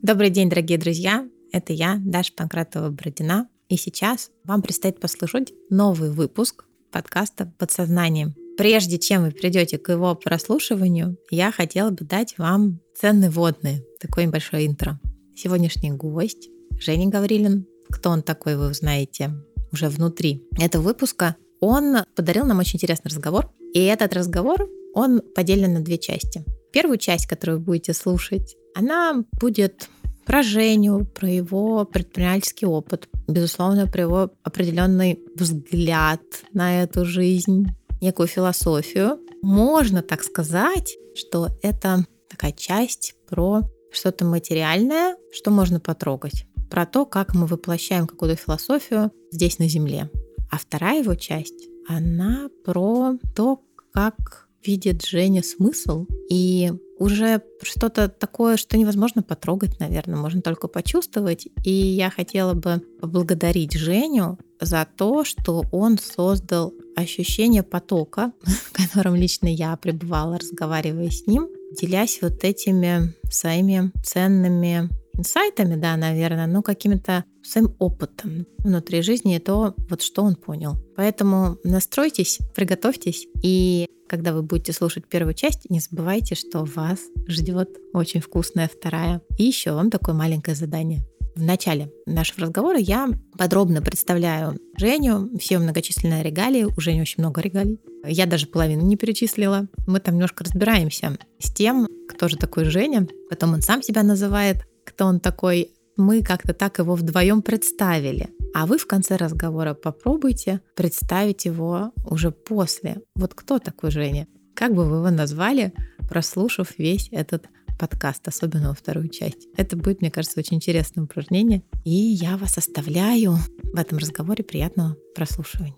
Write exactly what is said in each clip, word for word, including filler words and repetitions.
Добрый день, дорогие друзья! Это я, Даша Панкратова-Бородина, и сейчас вам предстоит послушать новый выпуск подкаста «Подсознание». Прежде чем вы придете к его прослушиванию, я хотела бы дать вам ценные вводные, такое небольшое интро. Сегодняшний гость Женя Гаврилин. Кто он такой, вы узнаете уже внутри этого выпуска. Он подарил нам очень интересный разговор, и этот разговор, он поделен на две части. Первую часть, которую вы будете слушать, она будет про Женю, про его предпринимательский опыт, безусловно, про его определенный взгляд на эту жизнь, некую философию. Можно так сказать, что это такая часть про что-то материальное, что можно потрогать, про то, как мы воплощаем какую-то философию здесь на Земле. А вторая его часть, она про то, как видит Женя смысл, и уже что-то такое, что невозможно потрогать, наверное, можно только почувствовать. И я хотела бы поблагодарить Женю за то, что он создал ощущение потока, в котором лично я пребывала, разговаривая с ним, делясь вот этими своими ценными инсайтами, да, наверное, но каким-то своим опытом внутри жизни, и то, вот что он понял. Поэтому настройтесь, приготовьтесь, и когда вы будете слушать первую часть, не забывайте, что вас ждет очень вкусная вторая. И еще вам такое маленькое задание. В начале нашего разговора я подробно представляю Женю, все многочисленные регалии. У Жени очень много регалий. Я даже половину не перечислила. Мы там немножко разбираемся с тем, кто же такой Женя. Потом он сам себя называет, кто он такой. Мы как-то так его вдвоем представили. А вы в конце разговора попробуйте представить его уже после. Вот кто такой Женя? Как бы вы его назвали, прослушав весь этот подкаст, особенно во вторую часть? Это будет, мне кажется, очень интересное упражнение. И я вас оставляю в этом разговоре. Приятного прослушивания.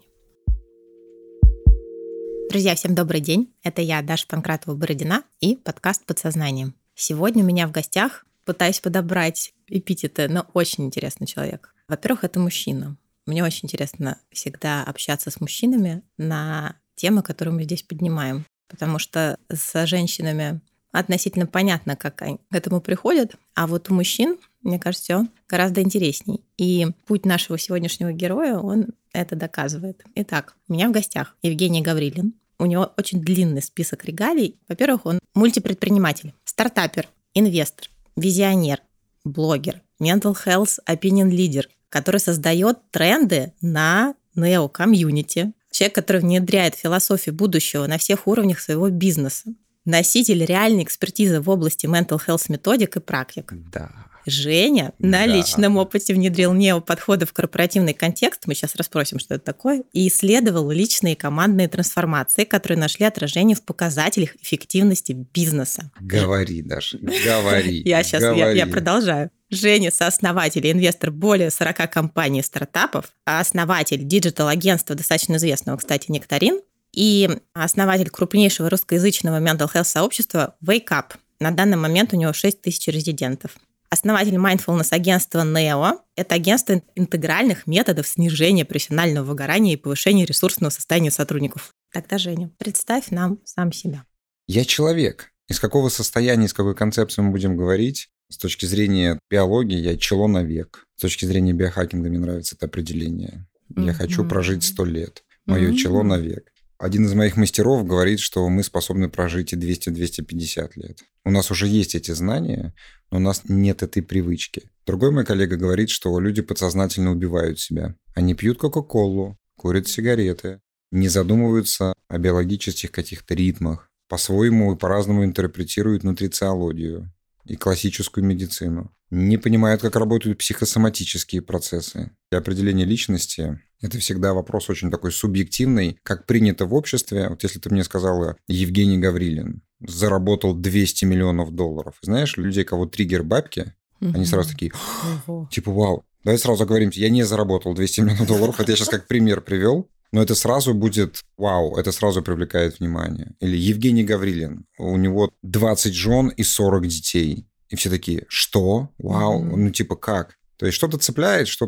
Друзья, всем добрый день. Это я, Даша Панкратова-Бородина, и подкаст «Подсознание». Сегодня у меня в гостях, пытаюсь подобрать эпитеты, но очень интересный человек. Во-первых, это мужчина. Мне очень интересно всегда общаться с мужчинами на темы, которые мы здесь поднимаем, потому что с женщинами относительно понятно, как они к этому приходят, а вот у мужчин, мне кажется, все гораздо интересней. И путь нашего сегодняшнего героя, он это доказывает. Итак, у меня в гостях Евгений Гаврилин. У него очень длинный список регалий. Во-первых, он мультипредприниматель, стартапер, инвестор, визионер, блогер, mental health opinion leader, который создает тренды на нео-комьюнити. Человек, который внедряет философию будущего на всех уровнях своего бизнеса. Носитель реальной экспертизы в области mental health методик и практик. Да. Женя на Да. личном опыте внедрил неоподходы в корпоративный контекст, мы сейчас расспросим, что это такое, и исследовал личные и командные трансформации, которые нашли отражение в показателях эффективности бизнеса. Говори, Даша, говори. Я сейчас я, говори. я продолжаю. Женя сооснователь и инвестор более сорока компаний и стартапов, а основатель диджитал-агентства, достаточно известного, кстати, Нектарин, и основатель крупнейшего русскоязычного mental health сообщества Wake Up. На данный момент у него шесть тысяч резидентов. Основатель mindfulness агентства нео – это агентство интегральных методов снижения профессионального выгорания и повышения ресурсного состояния сотрудников. Тогда, Женя, представь нам сам себя. Я человек. Из какого состояния, из какой концепции мы будем говорить? С точки зрения биологии я человек. С точки зрения биохакинга мне нравится это определение. Я mm-hmm. хочу прожить сто лет. Мое mm-hmm. человек. Один из моих мастеров говорит, что мы способны прожить и двести - двести пятьдесят лет. У нас уже есть эти знания, но у нас нет этой привычки. Другой мой коллега говорит, что люди подсознательно убивают себя. Они пьют кока-колу, курят сигареты, не задумываются о биологических каких-то ритмах, по-своему и по-разному интерпретируют нутрициологию и классическую медицину, не понимают, как работают психосоматические процессы. И определение личности – это всегда вопрос очень такой субъективный, как принято в обществе. Вот если ты мне сказала, Евгений Гаврилин заработал двести миллионов долларов. Знаешь, людей, кого триггер бабки, угу. они сразу такие, типа, вау, давай сразу оговоримся, я не заработал двести миллионов долларов, это я сейчас как пример привел. Но это сразу будет, вау, это сразу привлекает внимание. Или Евгений Гаврилин, у него двадцать жен и сорок детей. И все такие, что? Вау, mm-hmm. ну типа как? То есть что-то цепляет, что-то очень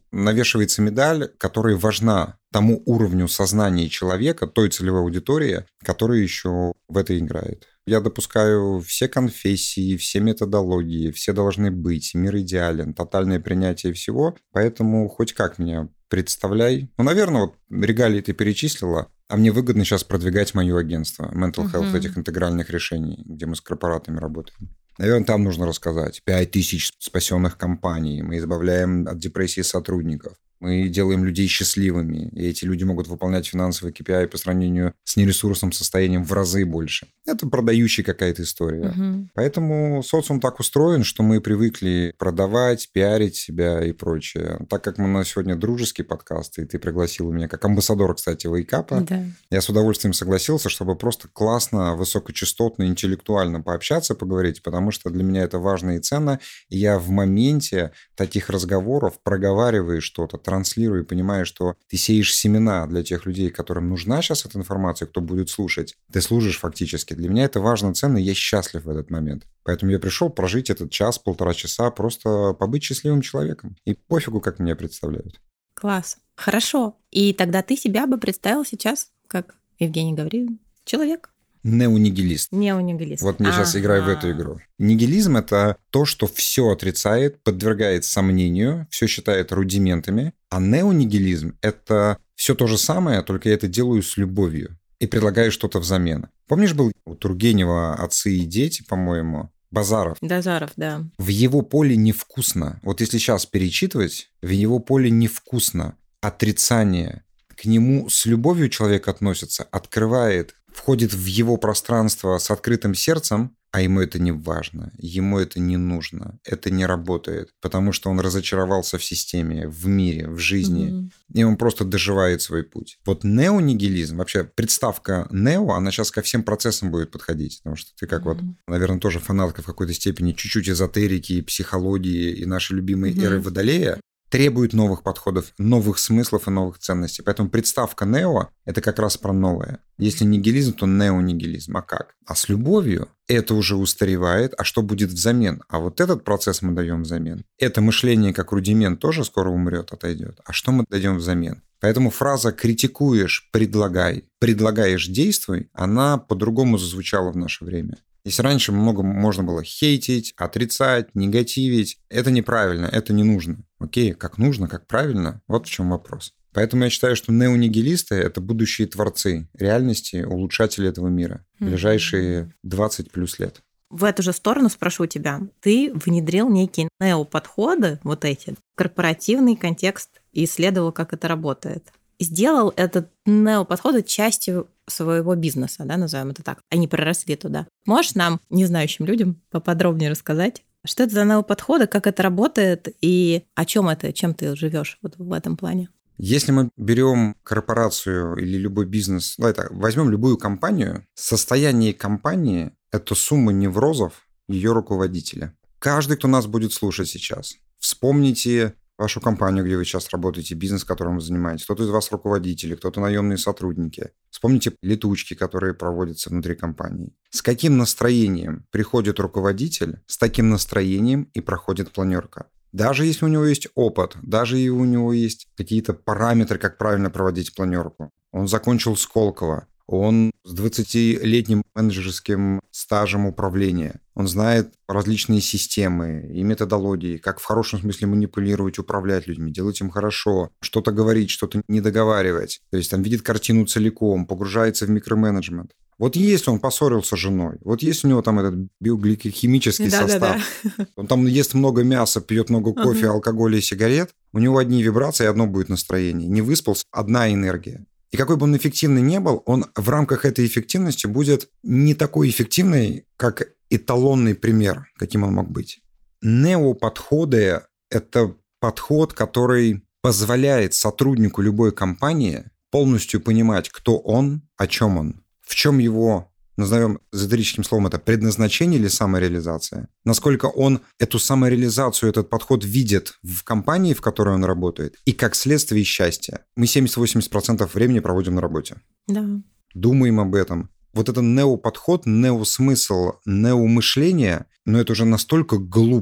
навешивается медаль, которая важна тому уровню сознания человека, той целевой аудитории, которая еще в это играет. Я допускаю все конфессии, все методологии, все должны быть, мир идеален, тотальное принятие всего, поэтому хоть как меня представляй. Ну, наверное, вот регалии ты перечислила, а мне выгодно сейчас продвигать мое агентство Mental Health, uh-huh. этих интегральных решений, где мы с корпоратами работаем. Наверное, там нужно рассказать. Пять тысяч спасенных компаний, мы избавляем от депрессии сотрудников. Мы делаем людей счастливыми, и эти люди могут выполнять финансовые кей пи ай по сравнению с нересурсным состоянием в разы больше. Это продающая какая-то история. Угу. Поэтому социум так устроен, что мы привыкли продавать, пиарить себя и прочее. Так как мы на сегодня дружеский подкаст, и ты пригласила меня как амбассадор, кстати, Вейкапа, да. Я с удовольствием согласился, чтобы просто классно, высокочастотно, интеллектуально пообщаться, поговорить, потому что для меня это важно и ценно. И я в моменте таких разговоров проговариваю что-то, транслирую и понимаю, что ты сеешь семена для тех людей, которым нужна сейчас эта информация, кто будет слушать. Ты служишь фактически. Для меня это важно, ценно, и я счастлив в этот момент. Поэтому я пришел прожить этот час, полтора часа, просто побыть счастливым человеком. И пофигу, как меня представляют. Класс. Хорошо. И тогда ты себя бы представил сейчас, как Евгений говорит, человек. Неонигилист. Неонигилист. Вот я сейчас играю в эту игру. Нигилизм – это то, что все отрицает, подвергает сомнению, все считает рудиментами. А неонигилизм – это все то же самое, только я это делаю с любовью и предлагаю что-то взамен. Помнишь, был у Тургенева «Отцы и дети», по-моему, Базаров? Базаров, да. В его поле невкусно. Вот если сейчас перечитывать, в его поле невкусно. Отрицание. К нему с любовью человек относится, открывает, входит в его пространство с открытым сердцем, а ему это не важно, ему это не нужно, это не работает, потому что он разочаровался в системе, в мире, в жизни, mm-hmm. и он просто доживает свой путь. Вот неонигилизм, вообще представка нео, она сейчас ко всем процессам будет подходить, потому что ты как mm-hmm. вот, наверное, тоже фанатка в какой-то степени чуть-чуть эзотерики, психологии и нашей любимой mm-hmm. эры Водолея, требует новых подходов, новых смыслов и новых ценностей. Поэтому представка нео – это как раз про новое. Если нигилизм, то неонигилизм. А как? А с любовью это уже устаревает. А что будет взамен? А вот этот процесс мы даем взамен. Это мышление как рудимент тоже скоро умрет, отойдет. А что мы даем взамен? Поэтому фраза «критикуешь, предлагай», «предлагаешь, действуй», она по-другому зазвучала в наше время. Если раньше много можно было хейтить, отрицать, негативить, это неправильно, это не нужно. Окей, как нужно, как правильно, вот в чем вопрос. Поэтому я считаю, что неонигилисты – это будущие творцы реальности, улучшатели этого мира в ближайшие двадцать плюс лет. В эту же сторону спрошу тебя. Ты внедрил некие неоподходы, вот эти, в корпоративный контекст и исследовал, как это работает. Сделал этот неоподход частью своего бизнеса, да, назовем это так. Они проросли туда. Можешь нам, незнающим людям, поподробнее рассказать, что это за неоподходы, как это работает и о чем это, чем ты живешь вот в этом плане? Если мы берем корпорацию или любой бизнес, давай так, возьмем любую компанию, состояние компании – это сумма неврозов ее руководителя. Каждый, кто нас будет слушать сейчас, вспомните вашу компанию, где вы сейчас работаете, бизнес, которым вы занимаетесь. Кто-то из вас руководители, кто-то наемные сотрудники. Вспомните летучки, которые проводятся внутри компании. С каким настроением приходит руководитель, с таким настроением и проходит планерка. Даже если у него есть опыт, даже если у него есть какие-то параметры, как правильно проводить планерку. Он закончил Сколково, он с двадцатилетним менеджерским стажем управления. Он знает различные системы и методологии, как в хорошем смысле манипулировать, управлять людьми, делать им хорошо, что-то говорить, что-то не договаривать. То есть там видит картину целиком, погружается в микроменеджмент. Вот если он поссорился с женой, вот если у него там этот биогликохимический да, состав, да, да. Он там ест много мяса, пьет много кофе, uh-huh. алкоголя и сигарет, у него одни вибрации, одно будет настроение. Не выспался, одна энергия. И какой бы он эффективный ни был, он в рамках этой эффективности будет не такой эффективный, как эталонный пример, каким он мог быть. Неоподходы – это подход, который позволяет сотруднику любой компании полностью понимать, кто он, о чем он, в чем его, назовем эзотерическим словом, это предназначение или самореализация, насколько он эту самореализацию, этот подход видит в компании, в которой он работает, и как следствие счастья. Мы семьдесят-восемьдесят процентов времени проводим на работе. Да. Думаем об этом. Вот это неоподход, неосмысл, неомышление, но это уже настолько глупо.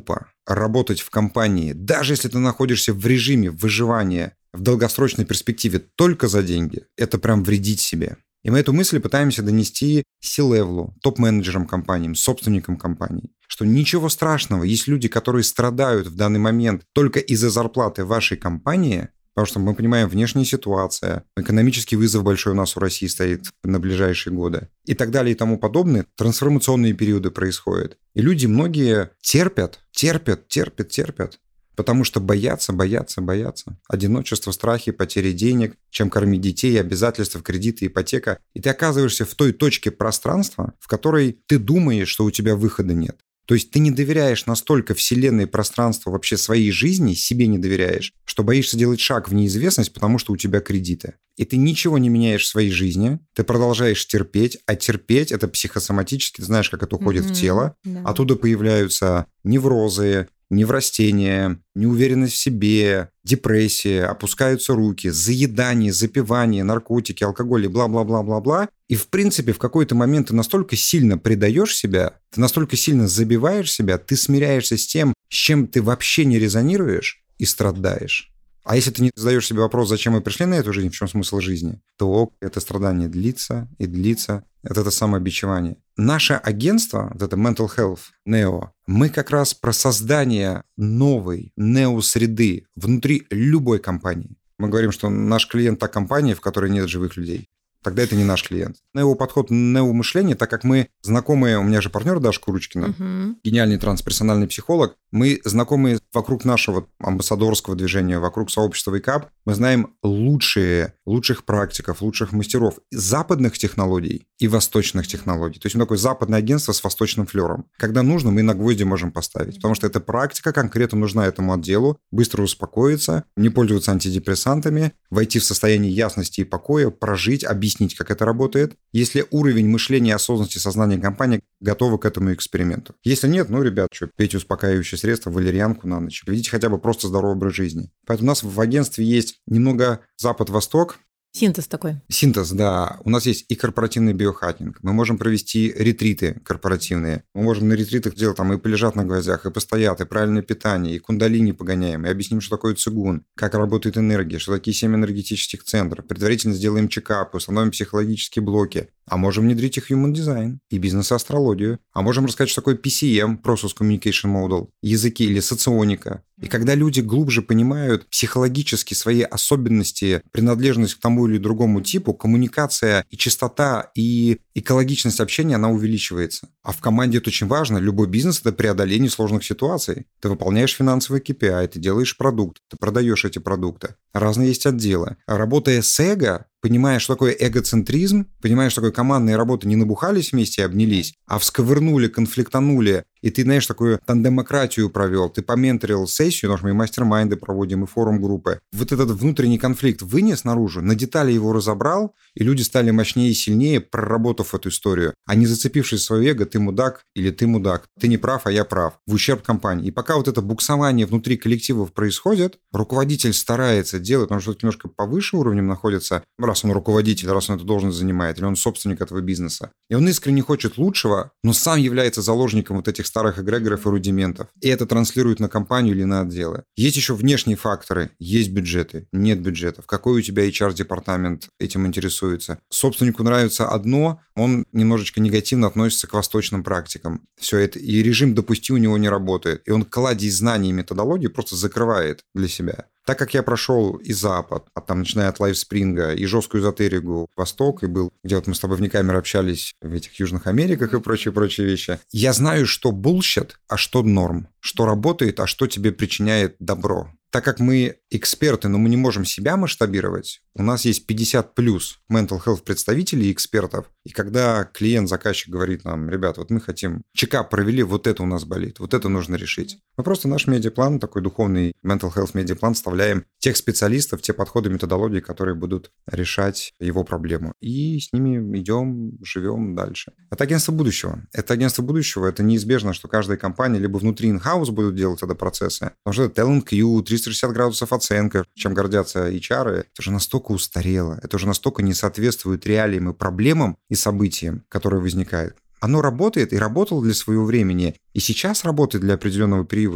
работать в компании, даже если ты находишься в режиме выживания в долгосрочной перспективе только за деньги, это прям вредить себе. И мы эту мысль пытаемся донести C-левелу, топ-менеджерам компаниям, собственникам компаний, что ничего страшного, есть люди, которые страдают в данный момент только из-за зарплаты вашей компании, потому что мы понимаем, внешняя ситуация, экономический вызов большой у нас у России стоит на ближайшие годы и так далее и тому подобное. Трансформационные периоды происходят. И люди многие терпят, терпят, терпят, терпят, потому что боятся, боятся, боятся. Одиночество, страхи, потери денег, чем кормить детей, обязательства, кредиты, ипотека. И ты оказываешься в той точке пространства, в которой ты думаешь, что у тебя выхода нет. То есть ты не доверяешь настолько вселенной, пространству, вообще своей жизни, себе не доверяешь, что боишься делать шаг в неизвестность, потому что у тебя кредиты. И ты ничего не меняешь в своей жизни, ты продолжаешь терпеть, а терпеть – это психосоматически, ты знаешь, как это уходит mm-hmm. в тело. Да. Оттуда появляются неврозы, неврастения, неуверенность в себе, депрессия, опускаются руки, заедание, запивание, наркотики, алкоголь и бла-бла-бла-бла-бла. И, в принципе, в какой-то момент ты настолько сильно предаешь себя, ты настолько сильно забиваешь себя, ты смиряешься с тем, с чем ты вообще не резонируешь и страдаешь. А если ты не задаешь себе вопрос, зачем мы пришли на эту жизнь, в чем смысл жизни, то это страдание длится и длится. Это это самобичевание. Наше агентство, вот это Mental Health Neo, мы как раз про создание новой нео-среды внутри любой компании. Мы говорим, что наш клиент – та компания, в которой нет живых людей. Тогда это не наш клиент. Нео-подход, нео-мышление, так как мы знакомые, у меня же партнер Даша Курочкина, uh-huh. гениальный трансперсональный психолог, мы знакомые вокруг нашего амбассадорского движения, вокруг сообщества Wake Up, мы знаем лучшие, лучших практиков, лучших мастеров западных технологий и восточных технологий. То есть мы такое западное агентство с восточным флером. Когда нужно, мы на гвозди можем поставить, потому что эта практика конкретно нужна этому отделу, быстро успокоиться, не пользоваться антидепрессантами, войти в состояние ясности и покоя, прожить, объяснить, как это работает. Если уровень мышления, осознанности, сознания компании готовы к этому эксперименту. Если нет, ну, ребят, что, пейте успокаивающие средства, валерьянку на ночь. Ведите хотя бы просто здоровый образ жизни. Поэтому у нас в агентстве есть немного Запад-Восток. Синтез такой. Синтез, да. У нас есть и корпоративный биохакинг. Мы можем провести ретриты корпоративные. Мы можем на ретритах делать там и полежат на гвоздях, и постоят, и правильное питание, и кундалини погоняем, и объясним, что такое цигун, как работает энергия, что такие семь энергетических центров. Предварительно сделаем чекап, установим психологические блоки. А можем внедрить их в Human Design и бизнес-астрологию. А можем рассказать, что такое пи си эм, Process Communication Model, языки или соционика. И когда люди глубже понимают психологически свои особенности, принадлежность к тому или другому типу, коммуникация и частота, и экологичность общения, она увеличивается. А в команде это очень важно. Любой бизнес – это преодоление сложных ситуаций. Ты выполняешь финансовый кей пи ай, ты делаешь продукт, ты продаешь эти продукты. Разные есть отделы. А работая с эго, понимая, что такое эгоцентризм, понимая, что такое командные работы, не набухались вместе и обнялись, а всковырнули, конфликтанули, и ты, знаешь, такую тандемократию провел, ты поменторил сессию, потому что мы и мастер-майнды проводим, и форум-группы. Вот этот внутренний конфликт вынес наружу, на детали его разобрал, и люди стали мощнее и сильнее, проработав эту историю, а не зацепившись в свое эго, ты мудак или ты мудак, ты не прав, а я прав, в ущерб компании. И пока вот это буксование внутри коллективов происходит, руководитель старается делать, потому что он немножко повыше уровнем находится, раз он руководитель, раз он эту должность занимает, или он собственник этого бизнеса. И он искренне хочет лучшего, но сам является заложником вот этих старых эгрегоров и рудиментов. И это транслирует на компанию или на отделы. Есть еще внешние факторы. Есть бюджеты, нет бюджетов. Какой у тебя эйч ар-департамент этим интересуется? Собственнику нравится одно, он немножечко негативно относится к восточным практикам. Все это. И режим «допусти» у него не работает. И он кладезь знаний и методологии просто закрывает для себя. Так как я прошел и Запад, а там начиная от лайфспринга, и жесткую эзотерику, Восток, и был, где вот мы с тобой в Никамер общались в этих Южных Америках и прочие-прочие вещи, я знаю, что bullshit, а что норм, что работает, а что тебе причиняет добро. Так как мы эксперты, но мы не можем себя масштабировать, у нас есть пятьдесят плюс mental health представителей и экспертов. И когда клиент, заказчик говорит нам: ребят, вот мы хотим, чекап провели, вот это у нас болит, вот это нужно решить. Мы просто наш медиаплан, такой духовный mental health медиаплан, вставляем тех специалистов, те подходы, методологии, которые будут решать его проблему. И с ними идем, живем дальше. Это агентство будущего. Это агентство будущего, это неизбежно, что каждая компания либо внутри in-house будут делать это процессы, потому что это Talent Q, триста шестьдесят градусов оценка, чем гордятся эйч ар, это уже настолько устарело, это уже настолько не соответствует реалиям и проблемам и событиям, которые возникают. Оно работает и работало для своего времени, и сейчас работает для определенного периода.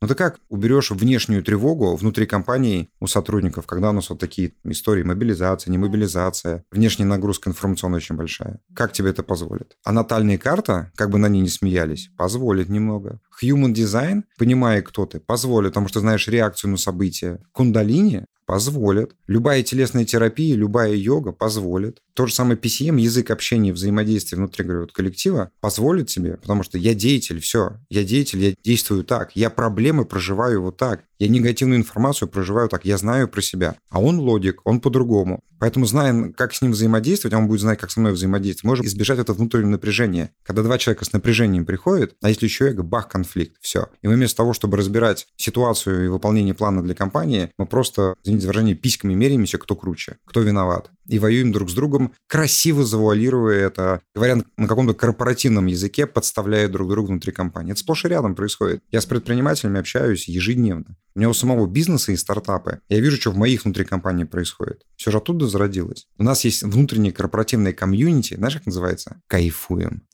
Ну ты как уберешь внешнюю тревогу внутри компании у сотрудников, когда у нас вот такие истории мобилизация, не мобилизация, внешняя нагрузка информационная очень большая? Как тебе это позволит? А натальная карта, как бы на ней не смеялись, позволит немного. Human design, понимая, кто ты, позволит, потому что знаешь реакцию на события. Кундалини позволит. Любая телесная терапия, любая йога позволит. То же самое пи си эм, язык общения и взаимодействия внутри, говорю, вот, коллектива, позволит тебе, потому что я деятель, все. Я деятель, я действую так. Я проблемы проживаю вот так. Я негативную информацию проживаю так. Я знаю про себя. А он логик, он по-другому. Поэтому, зная, как с ним взаимодействовать, а он будет знать, как со мной взаимодействовать, можем избежать этого внутреннего напряжения. Когда два человека с напряжением приходят, а если еще эго, бах, конфликт, все. И мы вместо того, чтобы разбирать ситуацию и выполнение плана для компании, мы просто, извините за выражение, письками меряемся, кто круче, кто виноват. И воюем друг с другом, красиво завуалируя это, говоря на каком-то корпоративном языке, подставляя друг друга внутри компании. Это сплошь и рядом происходит. Я с предпринимателями общаюсь ежедневно. У меня у самого бизнеса и стартапы. Я вижу, что в моих внутри компании происходит. Все же оттуда зародилось. У нас есть внутреннее корпоративное комьюнити. Знаешь, как называется? Кайфуем.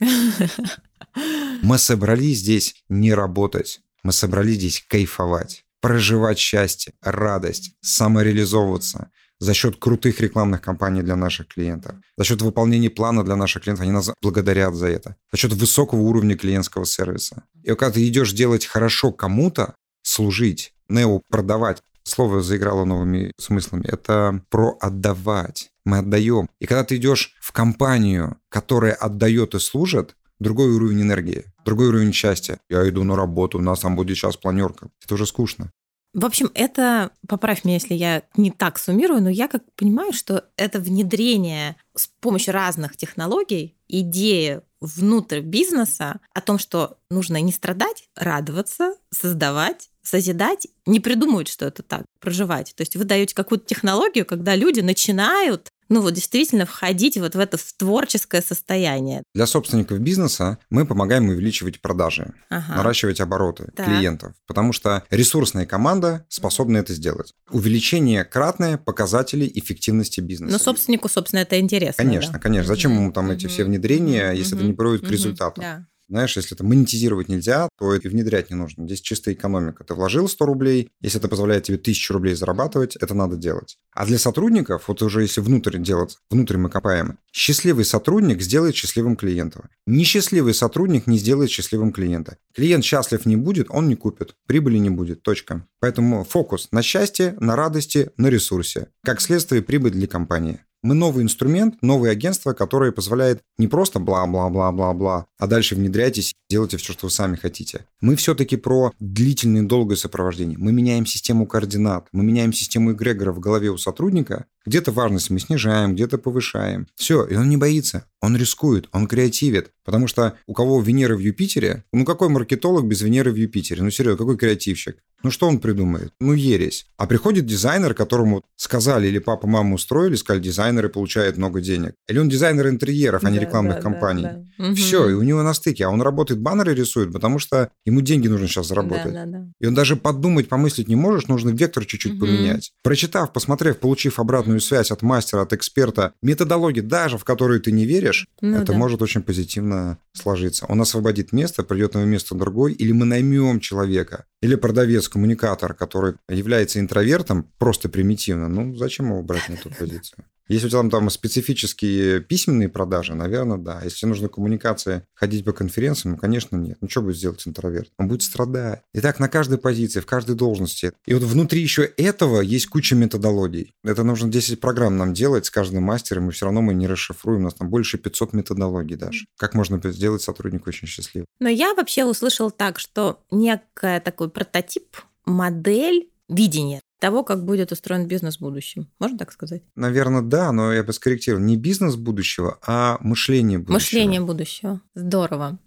Мы собрались здесь не работать. Мы собрались здесь кайфовать. Проживать счастье, радость, самореализовываться за счет крутых рекламных кампаний для наших клиентов, за счет выполнения плана для наших клиентов, они нас благодарят за это, за счет высокого уровня клиентского сервиса. И когда ты идешь делать хорошо кому-то, служить, нео продавать, слово заиграло новыми смыслами, это про отдавать. Мы отдаем. И когда ты идешь в компанию, которая отдает и служит, другой уровень энергии, другой уровень счастья. Я иду на работу, у нас там будет сейчас планерка. Это уже скучно. В общем, это, поправь меня, если я не так суммирую, но я как понимаю, что это внедрение с помощью разных технологий, идеи внутрь бизнеса о том, что нужно не страдать, радоваться, создавать, созидать, не придумывать, что это так, проживать. То есть вы даете какую-то технологию, когда люди начинают ну вот действительно входить вот в это в творческое состояние. Для собственников бизнеса мы помогаем увеличивать продажи, ага. наращивать обороты так. клиентов, потому что ресурсная команда способна это сделать. Увеличение кратное показателей эффективности бизнеса. Но собственнику, собственно, это интересно. Конечно, да? конечно. Зачем ему там эти все внедрения, если это не приводит к результату? Да. Знаешь, если это монетизировать нельзя, то и внедрять не нужно. Здесь чистая экономика. Ты вложил сто рублей, если это позволяет тебе тысячу рублей зарабатывать, это надо делать. А для сотрудников, вот уже если внутрь делать, внутрь мы копаем, счастливый сотрудник сделает счастливым клиента. Несчастливый сотрудник не сделает счастливым клиента. Клиент счастлив не будет, он не купит. Прибыли не будет. Точка. Поэтому фокус на счастье, на радости, на ресурсе. Как следствие, прибыль для компании. Мы новый инструмент, новое агентство, которое позволяет не просто бла-бла-бла-бла-бла, а дальше внедряйтесь, делайте все, что вы сами хотите. Мы все-таки про длительное, долгое сопровождение. Мы меняем систему координат, мы меняем систему эгрегора в голове у сотрудника. Где-то важность мы снижаем, где-то повышаем. Все, и он не боится, он рискует, он креативит. Потому что у кого Венера в Юпитере, ну какой маркетолог без Венеры в Юпитере? Ну серьезно, какой креативщик? Ну что он придумает? Ну ересь. А приходит дизайнер, которому сказали, или папа, мама устроили, сказали, дизайнеры получают много денег. Или он дизайнер интерьеров, а не да, рекламных да, компаний. Да, да. Все, и у него на стыке. А он работает, баннеры рисует, потому что ему деньги нужно сейчас заработать. Да, да, да. И он даже подумать, помыслить не можешь, нужно вектор чуть-чуть угу. поменять. Прочитав, посмотрев, получив обратную связь от мастера, от эксперта, методологии, даже в которую ты не веришь, ну, это да. может очень позитивно сложиться. Он освободит место, придет на его место другой, или мы наймем человека, или продавец, коммуникатор, который является интровертом, просто примитивно. Ну, зачем его брать на эту позицию? Если у тебя там, там специфические письменные продажи, наверное, да. Если нужна коммуникация, ходить по конференциям, ну, конечно, нет. Ну, что будет сделать интроверт? Он будет страдать. И так на каждой позиции, в каждой должности. И вот внутри еще этого есть куча методологий. Это нужно десять программ нам делать с каждым мастером, и все равно мы не расшифруем. У нас там больше пятьсот методологий даже. Как можно сделать сотрудника очень счастливым? Но я вообще услышала так, что некий такой прототип, модель видения того, как будет устроен бизнес в будущем. Можно так сказать? Наверное, да, но я бы скорректировал. Не бизнес будущего, а мышление будущего. Мышление будущего. Здорово.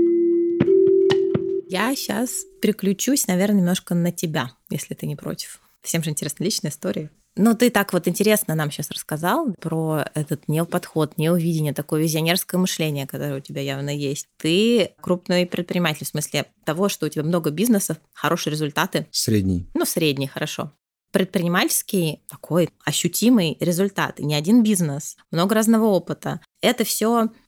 Я сейчас переключусь, наверное, немножко на тебя, если ты не против. Всем же интересна личная история. Но ты так вот интересно нам сейчас рассказал про этот неоподход, неовидение, такое визионерское мышление, которое у тебя явно есть. Ты крупный предприниматель, в смысле того, что у тебя много бизнесов, хорошие результаты. Средний. Ну, средний, хорошо. Предпринимательский такой ощутимый результат. Не один бизнес, много разного опыта. Это все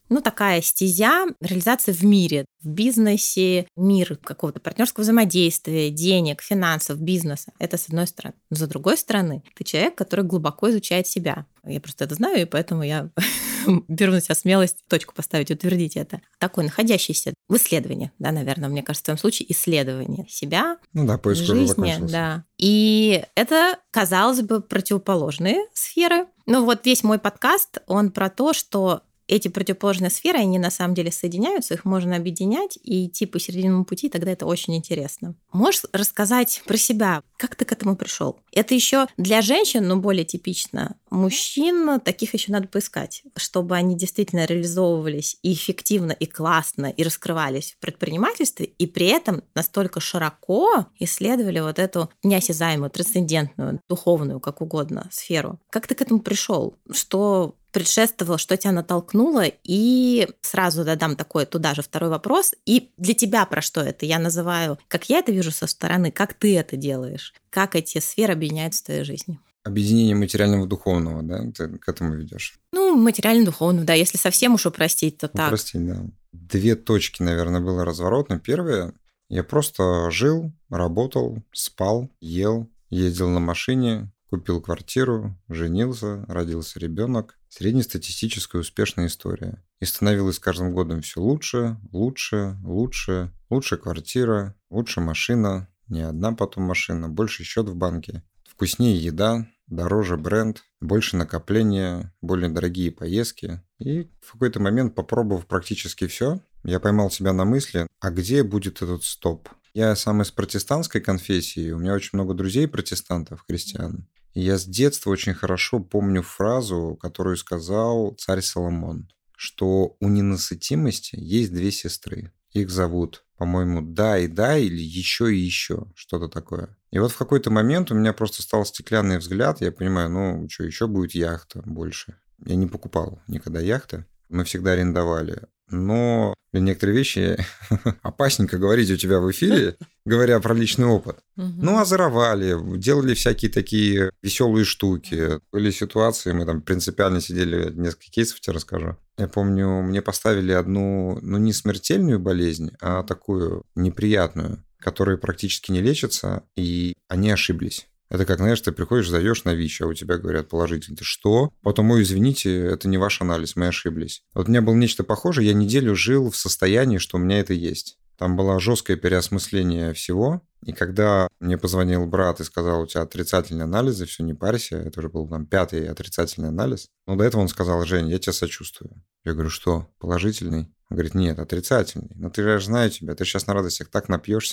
ну, такая стезя реализации в мире, в бизнесе, мир какого-то партнерского взаимодействия, денег, финансов, бизнеса. Это с одной стороны. Но с другой стороны, ты человек, который глубоко изучает себя. Я просто это знаю, и поэтому я беру на себя смелость точку поставить, утвердить это. Такой находящийся в исследовании, да, наверное, мне кажется, в твоем случае исследование себя, ну да, поиск жизни, уже закончился. Да. И это, казалось бы, противоположные сферы. Но вот весь мой подкаст, он про то, что эти противоположные сферы, они на самом деле соединяются, их можно объединять и идти по серединному пути, тогда это очень интересно. Можешь рассказать про себя, как ты к этому пришел? Это еще для женщин, но более типично. Мужчин таких еще надо поискать, чтобы они действительно реализовывались и эффективно, и классно, и раскрывались в предпринимательстве, и при этом настолько широко исследовали вот эту неосязаемую, трансцендентную, духовную, как угодно, сферу. Как ты к этому пришел? Что предшествовало, что тебя натолкнуло, и сразу додам такой туда же второй вопрос. И для тебя про что это? Я называю, как я это вижу со стороны, как ты это делаешь, как эти сферы объединяются в твоей жизни. Объединение материального и духовного, да? Ты к этому ведешь? Ну, материально-духовного, да. Если совсем уж упростить, то так. Упростить, да. Две точки, наверное, было разворотно. Первое, я просто жил, работал, спал, ел, ездил на машине, купил квартиру, женился, родился ребенок. Среднестатистическая успешная история. И становилось с каждым годом все лучше, лучше, лучше. Лучше квартира, лучше машина, не одна потом машина, больше счет в банке, вкуснее еда, дороже бренд, больше накопления, более дорогие поездки. И в какой-то момент, попробовав практически все, я поймал себя на мысли, а где будет этот стоп? Я сам из протестантской конфессии, у меня очень много друзей протестантов, христиан. И я с детства очень хорошо помню фразу, которую сказал царь Соломон, что у ненасытимости есть две сестры. Их зовут, по-моему, да и да или еще и еще, что-то такое. И вот в какой-то момент у меня просто стал стеклянный взгляд, я понимаю, ну что, еще будет яхта больше. Я не покупал никогда яхты, мы всегда арендовали. Но некоторые вещи опасненько говорить у тебя в эфире, говоря про личный опыт. Угу. Ну, озоровали, делали всякие такие веселые штуки. Были ситуации, мы там принципиально сидели, несколько кейсов тебе расскажу. Я помню, мне поставили одну, ну, не смертельную болезнь, а такую неприятную, которая практически не лечится, и они ошиблись. Это как, знаешь, ты приходишь, сдаешь на ВИЧ, а у тебя говорят положительно. Ты что? Потом, ой, извините, это не ваш анализ, мы ошиблись. Вот у меня было нечто похожее, я неделю жил в состоянии, что у меня это есть. Там было жесткое переосмысление всего. И когда мне позвонил брат и сказал, у тебя отрицательные анализы, все, не парься, это уже был там пятый отрицательный анализ. Но до этого он сказал, Жень, я тебя сочувствую. Я говорю, что, положительный? Он говорит, нет, отрицательный. Но ты же, я же знаю тебя, ты сейчас на радостях так напьешься.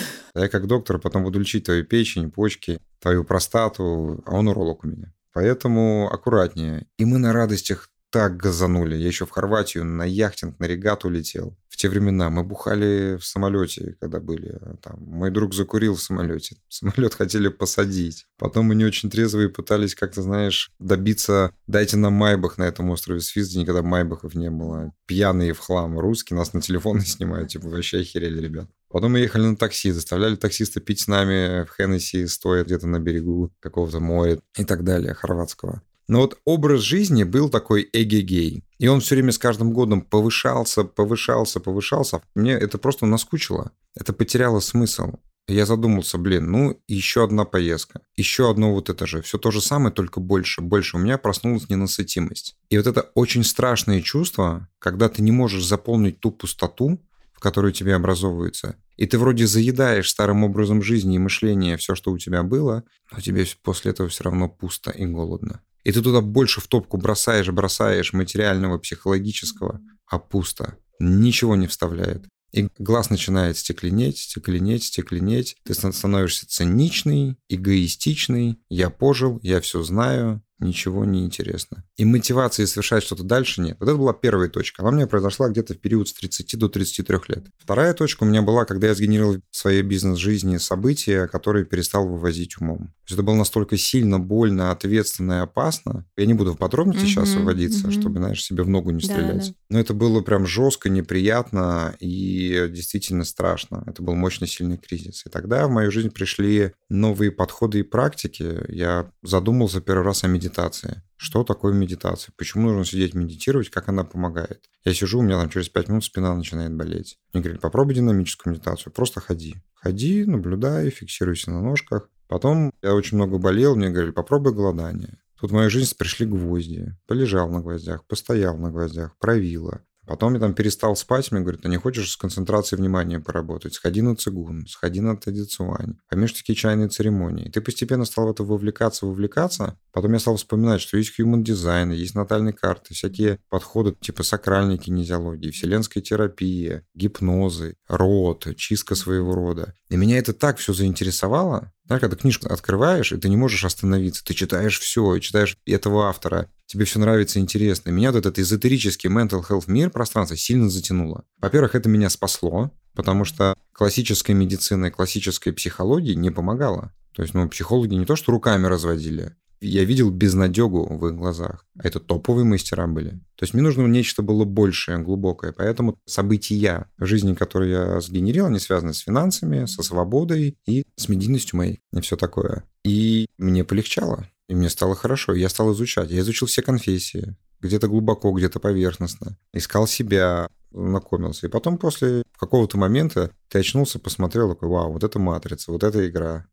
Я как доктор потом буду лечить твою печень, почки, твою простату, а он уролог у меня. Поэтому аккуратнее. И мы на радостях так газанули. Я еще в Хорватию на яхтинг, на регату летел. В те времена мы бухали в самолете, когда были. Там, мой друг закурил в самолете. Самолет хотели посадить. Потом мы не очень трезвые пытались как-то, знаешь, добиться, дайте нам майбах на этом острове Свизда, никогда майбахов не было. Пьяные в хлам русские нас на телефоны снимают. Типа, вообще охерели, ребят. Потом мы ехали на такси, заставляли таксиста пить с нами в Хеннесси, стоя где-то на берегу какого-то моря и так далее, хорватского. Но вот образ жизни был такой эгегей. И он все время с каждым годом повышался, повышался, повышался. Мне это просто наскучило. Это потеряло смысл. Я задумался, блин, ну, еще одна поездка. Еще одно вот это же. Все то же самое, только больше, больше. У меня проснулась ненасытимость. И вот это очень страшное чувство, когда ты не можешь заполнить ту пустоту, в которой у тебя образовывается. И ты вроде заедаешь старым образом жизни и мышления все, что у тебя было, но тебе после этого все равно пусто и голодно. И ты туда больше в топку бросаешь, бросаешь материального, психологического, а пусто. Ничего не вставляет. И глаз начинает стекленеть, стекленеть, стекленеть. Ты становишься циничный, эгоистичный. Я пожил, я все знаю, ничего не интересно. И мотивации совершать что-то дальше нет. Вот это была первая точка. Она у меня произошла где-то в период с тридцати до тридцати трёх лет. Вторая точка у меня была, когда я сгенерировал в своей бизнес-жизни события, которые перестал вывозить умом. То есть это было настолько сильно, больно, ответственно и опасно. Я не буду в подробности mm-hmm, сейчас вводиться, mm-hmm. чтобы, знаешь, себе в ногу не стрелять. Да, да. Но это было прям жестко, неприятно и действительно страшно. Это был мощный, сильный кризис. И тогда в мою жизнь пришли новые подходы и практики. Я задумался первый раз о медитации. медитации. Что такое медитация? Почему нужно сидеть медитировать? Как она помогает? Я сижу, у меня там через пять минут спина начинает болеть. Мне говорят, попробуй динамическую медитацию. Просто ходи. Ходи, наблюдай, фиксируйся на ножках. Потом я очень много болел, мне говорили, попробуй голодание. Тут в мою жизнь пришли гвозди. Полежал на гвоздях, постоял на гвоздях, провило. Потом я там перестал спать, мне говорят, а не хочешь с концентрацией внимания поработать? Сходи на цигун, сходи на тадицуань, поймешь такие чайные церемонии. Ты постепенно стал в это вовлекаться, вовлекаться. Потом я стал вспоминать, что есть human design, есть натальные карты, всякие подходы типа сакральной кинезиологии, вселенской терапии, гипнозы, род, чистка своего рода. И меня это так все заинтересовало. Знаешь, когда книжку открываешь, и ты не можешь остановиться, ты читаешь все, и читаешь этого автора, тебе все нравится, интересно. Меня вот этот эзотерический mental health мир, пространство сильно затянуло. Во-первых, это меня спасло, потому что классическая медицина и классическая психология не помогала. То есть, ну, психологи не то, что руками разводили. Я видел безнадегу в их глазах. А это топовые мастера были. То есть мне нужно нечто было большее, глубокое. Поэтому события в жизни, которые я сгенерил, они связаны с финансами, со свободой и с медийностью моей. И все такое. И мне полегчало. И мне стало хорошо. Я стал изучать. Я изучил все конфессии. Где-то глубоко, где-то поверхностно. Искал себя, знакомился. И потом после какого-то момента ты очнулся, посмотрел, такой, вау, вот это матрица, вот это игра.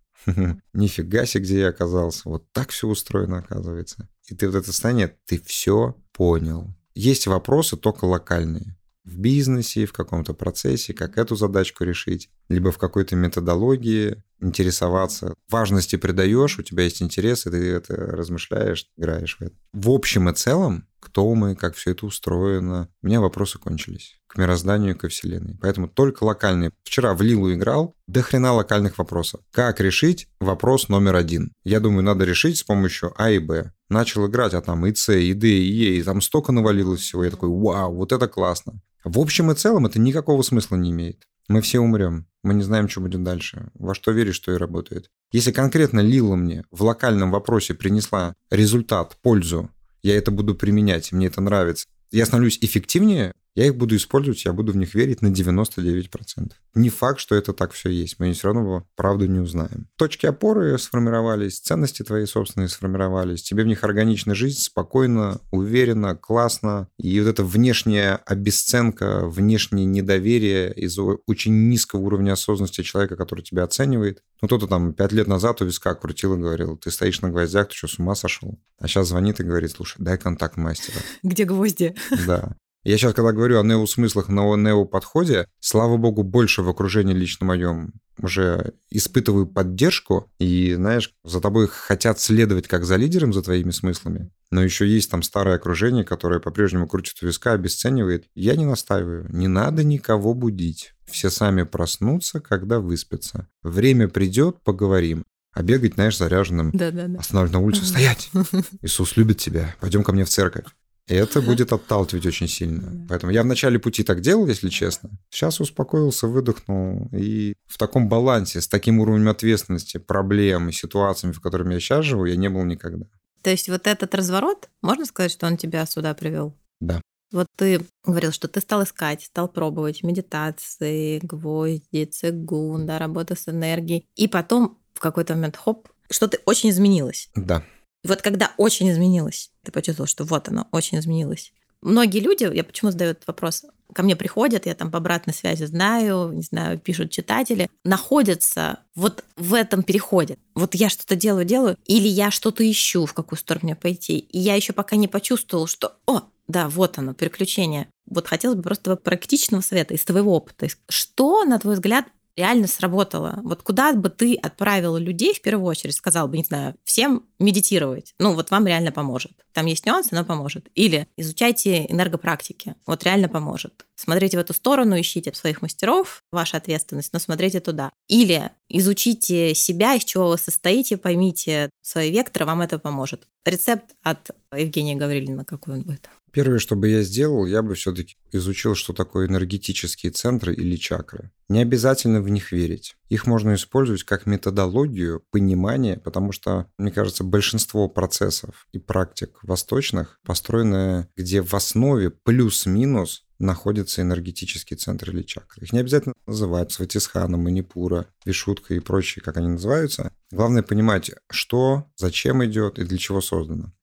Нифига себе, где я оказался. Вот так все устроено, оказывается. И ты в это состояние, ты все понял. Есть вопросы только локальные. В бизнесе, в каком-то процессе, как эту задачку решить, либо в какой-то методологии интересоваться. Важности придаешь, у тебя есть интерес, и ты это размышляешь, играешь в это. В общем и целом, кто мы, как все это устроено, у меня вопросы кончились к мирозданию, ко Вселенной. Поэтому только локальные. Вчера в Лилу играл, до хрена локальных вопросов. Как решить вопрос номер один? Я думаю, надо решить с помощью А и Б. Начал играть, а там и С, и Д, и Е, и там столько навалилось всего. Я такой, вау, вот это классно. В общем и целом это никакого смысла не имеет. Мы все умрем. Мы не знаем, что будет дальше. Во что веришь, что и работает. Если конкретно Лила мне в локальном вопросе принесла результат, пользу, я это буду применять, мне это нравится, я становлюсь эффективнее, я их буду использовать, я буду в них верить на девяносто девять процентов. Не факт, что это так все есть. Мы все равно правду не узнаем. Точки опоры сформировались, ценности твои собственные сформировались. Тебе в них органично жить, спокойно, уверенно, классно. И вот эта внешняя обесценка, внешнее недоверие из-за очень низкого уровня осознанности человека, который тебя оценивает. Ну, кто-то там пять лет назад у виска крутил и говорил, ты стоишь на гвоздях, ты что, с ума сошел? А сейчас звонит и говорит, слушай, дай контакт мастера. Где гвозди? Да. Я сейчас, когда говорю о нео-смыслах, на нео-подходе, слава богу, больше в окружении лично моем уже испытываю поддержку, и, знаешь, за тобой хотят следовать как за лидером, за твоими смыслами, но еще есть там старое окружение, которое по-прежнему крутит у виска, обесценивает. Я не настаиваю, не надо никого будить. Все сами проснутся, когда выспятся. Время придет, поговорим. А бегать, знаешь, заряженным, Да-да-да. останавливать на улице, стоять! Иисус любит тебя, пойдем ко мне в церковь. И это будет отталкивать очень сильно. Поэтому я в начале пути так делал, если честно. Сейчас успокоился, выдохнул. И в таком балансе, с таким уровнем ответственности, проблем и ситуациями, в которых я сейчас живу, я не был никогда. То есть вот этот разворот, можно сказать, что он тебя сюда привел? Да. Вот ты говорил, что ты стал искать, стал пробовать медитации, гвозди, цигун, да, работа с энергией. И потом в какой-то момент, хоп, что-то очень изменилось. Да. И вот когда очень изменилось, ты почувствовал, что вот оно, очень изменилось. Многие люди, я почему задаю этот вопрос, ко мне приходят, я там по обратной связи знаю, не знаю, пишут читатели, находятся вот в этом переходе. Вот я что-то делаю, делаю, или я что-то ищу, в какую сторону мне пойти. И я еще пока не почувствовала, что, о, да, вот оно, переключение. Вот хотелось бы просто практичного совета из твоего опыта. Что, на твой взгляд, реально сработало? Вот куда бы ты отправила людей в первую очередь, сказал бы, не знаю, всем медитировать. Ну, вот вам реально поможет. Там есть нюансы, но поможет. Или изучайте энергопрактики. Вот реально поможет. Смотрите в эту сторону, ищите своих мастеров, ваша ответственность, но смотрите туда. Или изучите себя, из чего вы состоите, поймите свои векторы, вам это поможет. Рецепт от Евгения Гаврилина какой он будет? Первое, что бы я сделал, я бы все-таки изучил, что такое энергетические центры или чакры. Не обязательно в них верить. Их можно использовать как методологию понимания, потому что, мне кажется, большинство процессов и практик восточных построены, где в основе плюс-минус находится энергетический центр или чакры. Их не обязательно называть Сватисхана, Манипура, Вишудха и прочие, как они называются. Главное понимать, что, зачем идет и для чего создано.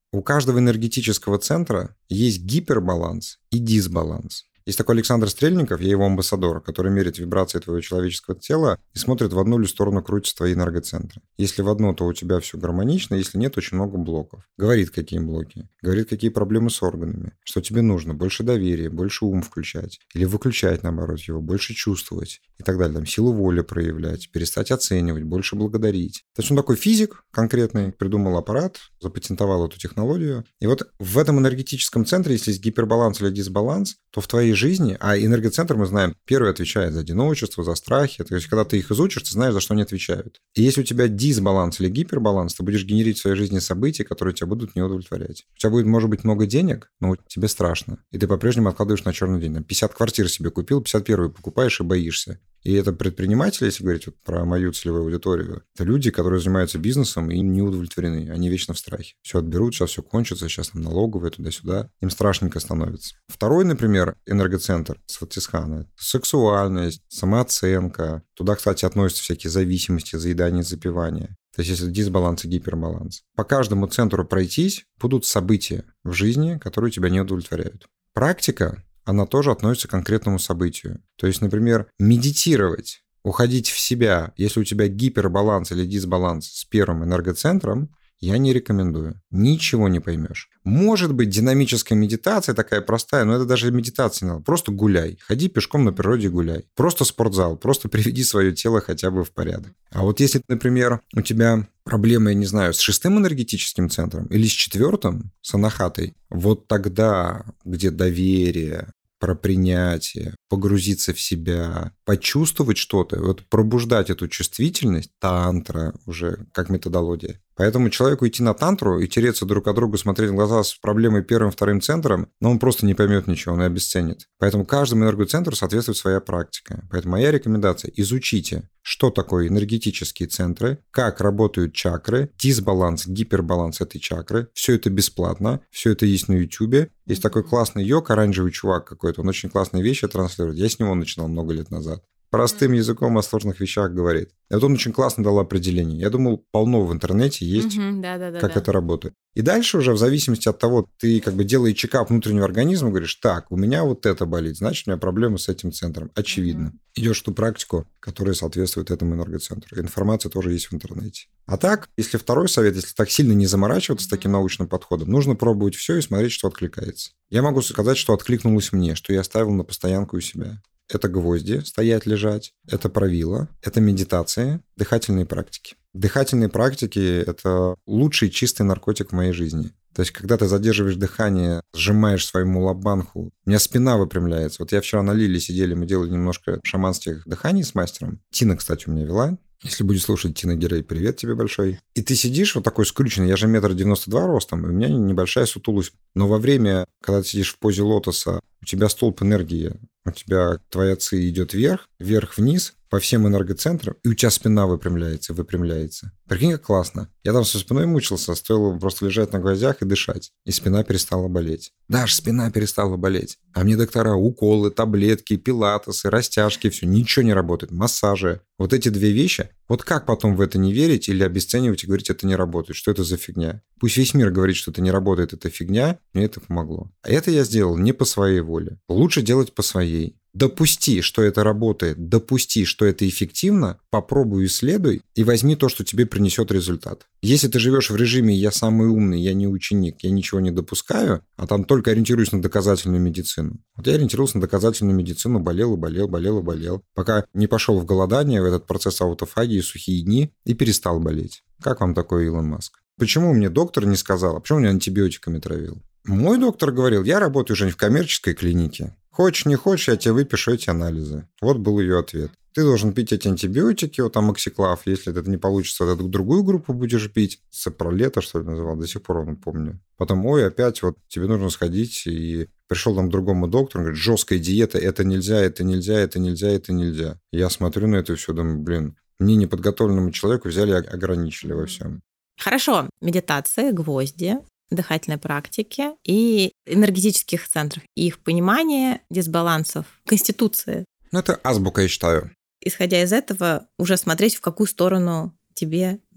У каждого энергетического центра есть гипербаланс и дисбаланс. Есть такой Александр Стрельников, я его амбассадор, который меряет вибрации твоего человеческого тела и смотрит, в одну ли сторону крутятся твои энергоцентры. Если в одну, то у тебя все гармонично, если нет, очень много блоков. Говорит, какие блоки. Говорит, какие проблемы с органами. Что тебе нужно. Больше доверия, больше ум включать. Или выключать, наоборот, его. Больше чувствовать. И так далее. Там, силу воли проявлять. Перестать оценивать. Больше благодарить. То есть он такой физик конкретный, придумал аппарат, запатентовал эту технологию. И вот в этом энергетическом центре, если есть гипербаланс или дисбаланс, то в твоей жизни, а энергоцентр, мы знаем, первый отвечает за одиночество, за страхи. То есть, когда ты их изучишь, ты знаешь, за что они отвечают. И если у тебя дисбаланс или гипербаланс, ты будешь генерить в своей жизни события, которые тебя будут не удовлетворять. У тебя будет, может быть, много денег, но тебе страшно. И ты по-прежнему откладываешь на черный день. пятьдесят квартир себе купил, пятьдесят первую покупаешь и боишься. И это предприниматели, если говорить вот про мою целевую аудиторию, это люди, которые занимаются бизнесом и не удовлетворены. Они вечно в страхе. Все отберут, сейчас все кончится, сейчас там налоговые, туда-сюда. Им страшненько становится. Второй, например, энергоцентр Сватисхана – сексуальность, самооценка. Туда, кстати, относятся всякие зависимости, заедание, запивание. То есть, если дисбаланс и гипербаланс. По каждому центру пройтись будут события в жизни, которые тебя не удовлетворяют. Практика, она тоже относится к конкретному событию. То есть, например, медитировать, уходить в себя, если у тебя гипербаланс или дисбаланс с первым энергоцентром, я не рекомендую. Ничего не поймешь. Может быть, динамическая медитация такая простая, но это даже медитация не надо. Просто гуляй. Ходи пешком на природе, гуляй. Просто спортзал. Просто приведи свое тело хотя бы в порядок. А вот если, например, у тебя проблемы, я не знаю, с шестым энергетическим центром или с четвертым, с анахатой, вот тогда, где доверие, про принятие, погрузиться в себя, почувствовать что-то, вот пробуждать эту чувствительность, тантра уже как методология. Поэтому человеку идти на тантру и тереться друг от друга, смотреть в глаза с проблемой первым, вторым центром, но он просто не поймет ничего, он и обесценит. Поэтому каждому энергоцентру соответствует своя практика. Поэтому моя рекомендация – изучите, что такое энергетические центры, как работают чакры, дисбаланс, гипербаланс этой чакры. Все это бесплатно, все это есть на YouTube. Есть такой классный йог, оранжевый чувак какой-то, он очень классные вещи транслирует. Я с него начинал много лет назад. Простым языком о сложных вещах говорит. И вот он очень классно дал определение. Я думал, полно в интернете есть, угу, да, да, как да. это работает. И дальше уже в зависимости от того, ты как бы делаешь чекап внутреннего организма, говоришь, так, у меня вот это болит, значит, у меня проблемы с этим центром. Очевидно. Угу. Идешь в ту практику, которая соответствует этому энергоцентру. Информация тоже есть в интернете. А так, если второй совет, если так сильно не заморачиваться с таким научным подходом, нужно пробовать все и смотреть, что откликается. Я могу сказать, что откликнулось мне, что я оставил на постоянку у себя. Это гвозди, стоять, лежать, это правило, это медитация, дыхательные практики. Дыхательные практики – это лучший чистый наркотик в моей жизни. То есть, когда ты задерживаешь дыхание, сжимаешь своему лобанху, у меня спина выпрямляется. Вот я вчера на Лиле сидели, мы делали немножко шаманских дыханий с мастером. Тина, кстати, у меня вела. Если будешь слушать, Тина Герей, привет тебе большой. И ты сидишь вот такой скрюченный, я же метр девяносто два ростом, и у меня небольшая сутулость. Но во время, когда ты сидишь в позе лотоса, у тебя столб энергии, у тебя твоя ци идет вверх, вверх-вниз, по всем энергоцентрам, и у тебя спина выпрямляется, выпрямляется. Прикинь, как классно. Я там со спиной мучился, стоило просто лежать на гвоздях и дышать. И спина перестала болеть. Даже спина перестала болеть. А мне доктора уколы, таблетки, пилатесы, растяжки, все, ничего не работает. Массажи. Вот эти две вещи. Вот как потом в это не верить или обесценивать и говорить, это не работает, что это за фигня? Пусть весь мир говорит, что это не работает, это фигня, мне это помогло. А это я сделал не по своей воле. Лучше делать по своей. Допусти, что это работает, допусти, что это эффективно, попробуй, исследуй и возьми то, что тебе принесет результат. Если ты живешь в режиме «я самый умный, я не ученик, я ничего не допускаю», а там только ориентируюсь на доказательную медицину. Вот я ориентировался на доказательную медицину, болел и болел, болел и болел, пока не пошел в голодание, в этот процесс аутофагии, сухие дни и перестал болеть. Как вам такой Илон Маск? Почему мне доктор не сказал, а почему меня антибиотиками травил? Мой доктор говорил, я работаю уже не в коммерческой клинике. Хочешь, не хочешь, я тебе выпишу эти анализы. Вот был ее ответ. Ты должен пить эти антибиотики, вот там оксиклав, если это не получится, то другую группу будешь пить. Сепролета, что ли, называл, до сих пор он помню. Потом, ой, опять вот тебе нужно сходить, и пришел там к другому доктору, он говорит, жесткая диета, это нельзя, это нельзя, это нельзя, это нельзя. Я смотрю на это и все, думаю, блин, мне неподготовленному человеку взяли и ограничили во всем. Хорошо, медитация, гвозди, дыхательной практики и энергетических центров, и их понимание дисбалансов, конституции. Ну, это азбука, я считаю. Исходя из этого, уже смотреть, в какую сторону тебе двинуть.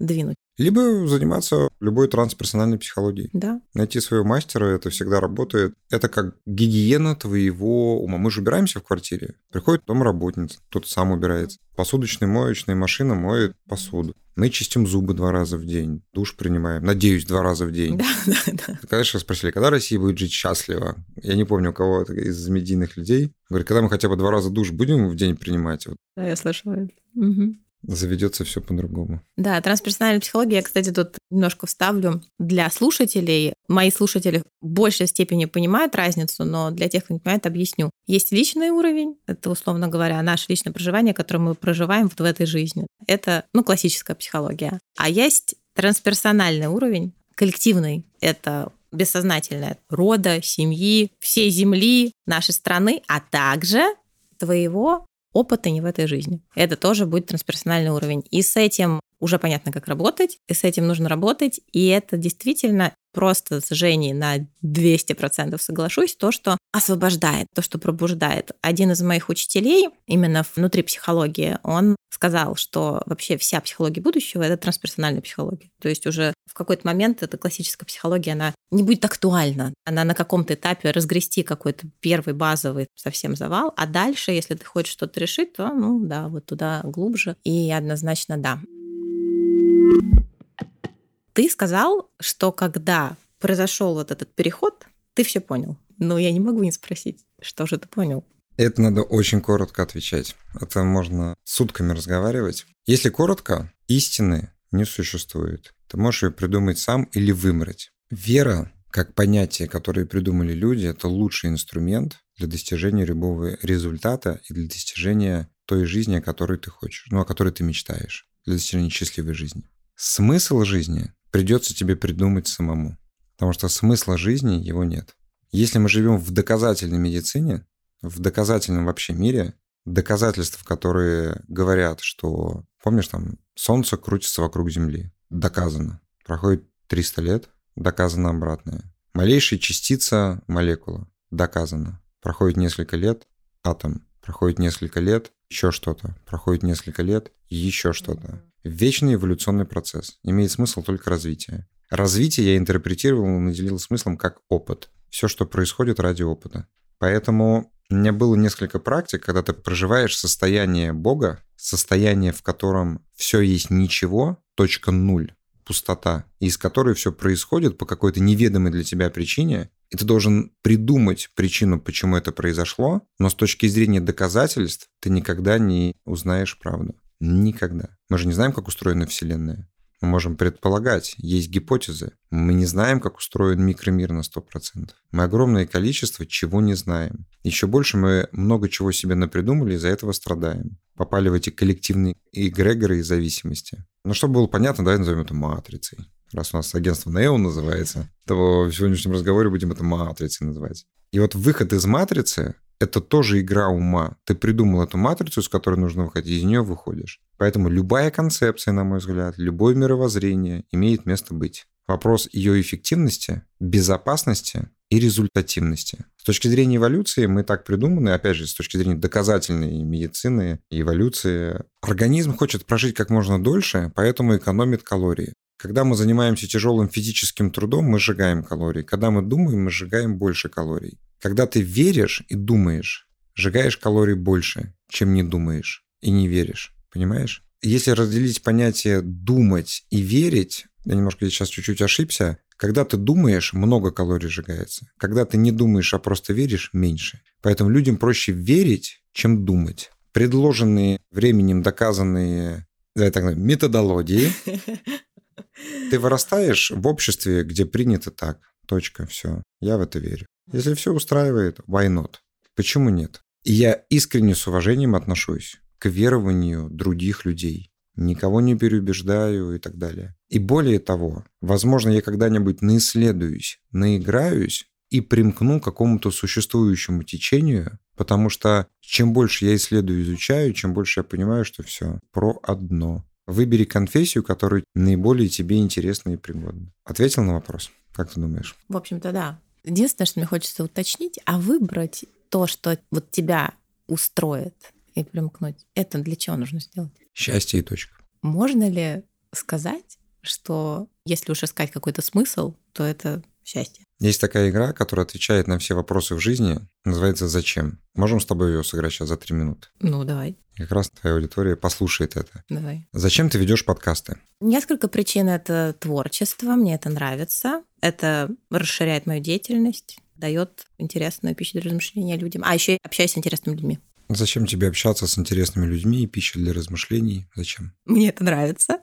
Либо заниматься любой трансперсональной психологией. Да. Найти своего мастера, это всегда работает. Это как гигиена твоего ума. Мы же убираемся в квартире. Приходит домработница, кто-то сам убирается. Посудочная, моечная машина моет посуду. Мы чистим зубы два раза в день, душ принимаем, надеюсь, два раза в день. Да, да, да. Конечно, спросили, когда Россия будет жить счастливо? Я не помню, у кого из медийных людей. Говорит, когда мы хотя бы два раза душ будем в день принимать? Вот. Да, я слышала это. Угу. Заведется все по-другому. Да, трансперсональная психология, я, кстати, тут немножко вставлю для слушателей. Мои слушатели в большей степени понимают разницу, но для тех, кто не понимает, объясню. Есть личный уровень, это, условно говоря, наше личное проживание, которое мы проживаем вот в этой жизни. Это, ну, классическая психология. А есть трансперсональный уровень, коллективный. Это бессознательное рода, семьи, всей земли, нашей страны, а также твоего опыта не в этой жизни. Это тоже будет трансперсональный уровень. И с этим уже понятно, как работать, и с этим нужно работать. И это действительно просто с Женей на двести процентов соглашусь, то, что освобождает, то, что пробуждает. Один из моих учителей, именно внутри психологии, он сказал, что вообще вся психология будущего — это трансперсональная психология. То есть уже в какой-то момент эта классическая психология, она не будет актуальна. Она на каком-то этапе разгрести какой-то первый базовый совсем завал, а дальше, если ты хочешь что-то решить, то, ну да, вот туда глубже. И однозначно да. Ты сказал, что когда произошел вот этот переход, ты все понял. Но я не могу не спросить, что же ты понял? Это надо очень коротко отвечать. Это можно сутками разговаривать. Если коротко, истины не существует. Ты можешь ее придумать сам или вымрать. Вера, как понятие, которое придумали люди, это лучший инструмент для достижения любого результата и для достижения той жизни, о которой ты хочешь, ну, о которой ты мечтаешь, для достижения счастливой жизни. Смысл жизни придется тебе придумать самому, потому что смысла жизни его нет. Если мы живем в доказательной медицине, в доказательном вообще мире, доказательства, которые говорят, что, помнишь, там, Солнце крутится вокруг Земли, доказано. Проходит триста лет, доказано обратное. Малейшая частица, молекула, доказано. Проходит несколько лет, атом. Проходит несколько лет, еще что-то. Проходит несколько лет, еще что-то. Вечный эволюционный процесс. Имеет смысл только развитие. Развитие я интерпретировал и наделил смыслом как опыт. Все, что происходит ради опыта. Поэтому у меня было несколько практик, когда ты проживаешь состояние Бога, состояние, в котором все есть ничего, точка нуль, пустота, из которой все происходит по какой-то неведомой для тебя причине, и ты должен придумать причину, почему это произошло, но с точки зрения доказательств ты никогда не узнаешь правду. Никогда. Мы же не знаем, как устроена Вселенная. Мы можем предполагать, есть гипотезы. Мы не знаем, как устроен микромир на сто процентов. Мы огромное количество чего не знаем. Еще больше мы много чего себе напридумали, из-за этого страдаем. Попали в эти коллективные эгрегоры и зависимости. Но чтобы было понятно, давай назовем это матрицей. Раз у нас агентство Нео называется, то в сегодняшнем разговоре будем это матрицей называть. И вот выход из матрицы — это тоже игра ума. Ты придумал эту матрицу, из которой нужно выходить, из нее выходишь. Поэтому любая концепция, на мой взгляд, любое мировоззрение имеет место быть. Вопрос ее эффективности, безопасности и результативности. С точки зрения эволюции мы так придуманы, опять же, с точки зрения доказательной медицины и эволюции. Организм хочет прожить как можно дольше, поэтому экономит калории. Когда мы занимаемся тяжелым физическим трудом, мы сжигаем калории. Когда мы думаем, мы сжигаем больше калорий. Когда ты веришь и думаешь, сжигаешь калорий больше, чем не думаешь и не веришь. Понимаешь? Если разделить понятие «думать» и «верить», я немножко сейчас чуть-чуть ошибся, когда ты думаешь, много калорий сжигается. Когда ты не думаешь, а просто веришь, меньше. Поэтому людям проще верить, чем думать. Предложенные временем доказанные, давай так, методологии, ты вырастаешь в обществе, где принято так. Точка, все. Я в это верю. Если все устраивает, why not? Почему нет? И я искренне с уважением отношусь к верованию других людей. Никого не переубеждаю и так далее. И более того, возможно, я когда-нибудь наисследуюсь, наиграюсь и примкну к какому-то существующему течению, потому что чем больше я исследую, изучаю, чем больше я понимаю, что все про одно. Выбери конфессию, которая наиболее тебе интересна и пригодна. Ответил на вопрос? Как ты думаешь? В общем-то, да. Единственное, что мне хочется уточнить, а выбрать то, что вот тебя устроит, и примкнуть, это для чего нужно сделать? Счастье и точка. Можно ли сказать, что если уж искать какой-то смысл, то это счастье. Есть такая игра, которая отвечает на все вопросы в жизни, называется «Зачем?». Можем с тобой ее сыграть сейчас за три минуты? Ну, давай. И как раз твоя аудитория послушает это. Давай. Зачем ты ведешь подкасты? Несколько причин. Это творчество, мне это нравится. Это расширяет мою деятельность, дает интересную пищу для размышления людям. А еще общаюсь с интересными людьми. Зачем тебе общаться с интересными людьми и пища для размышлений? Зачем? Мне это нравится.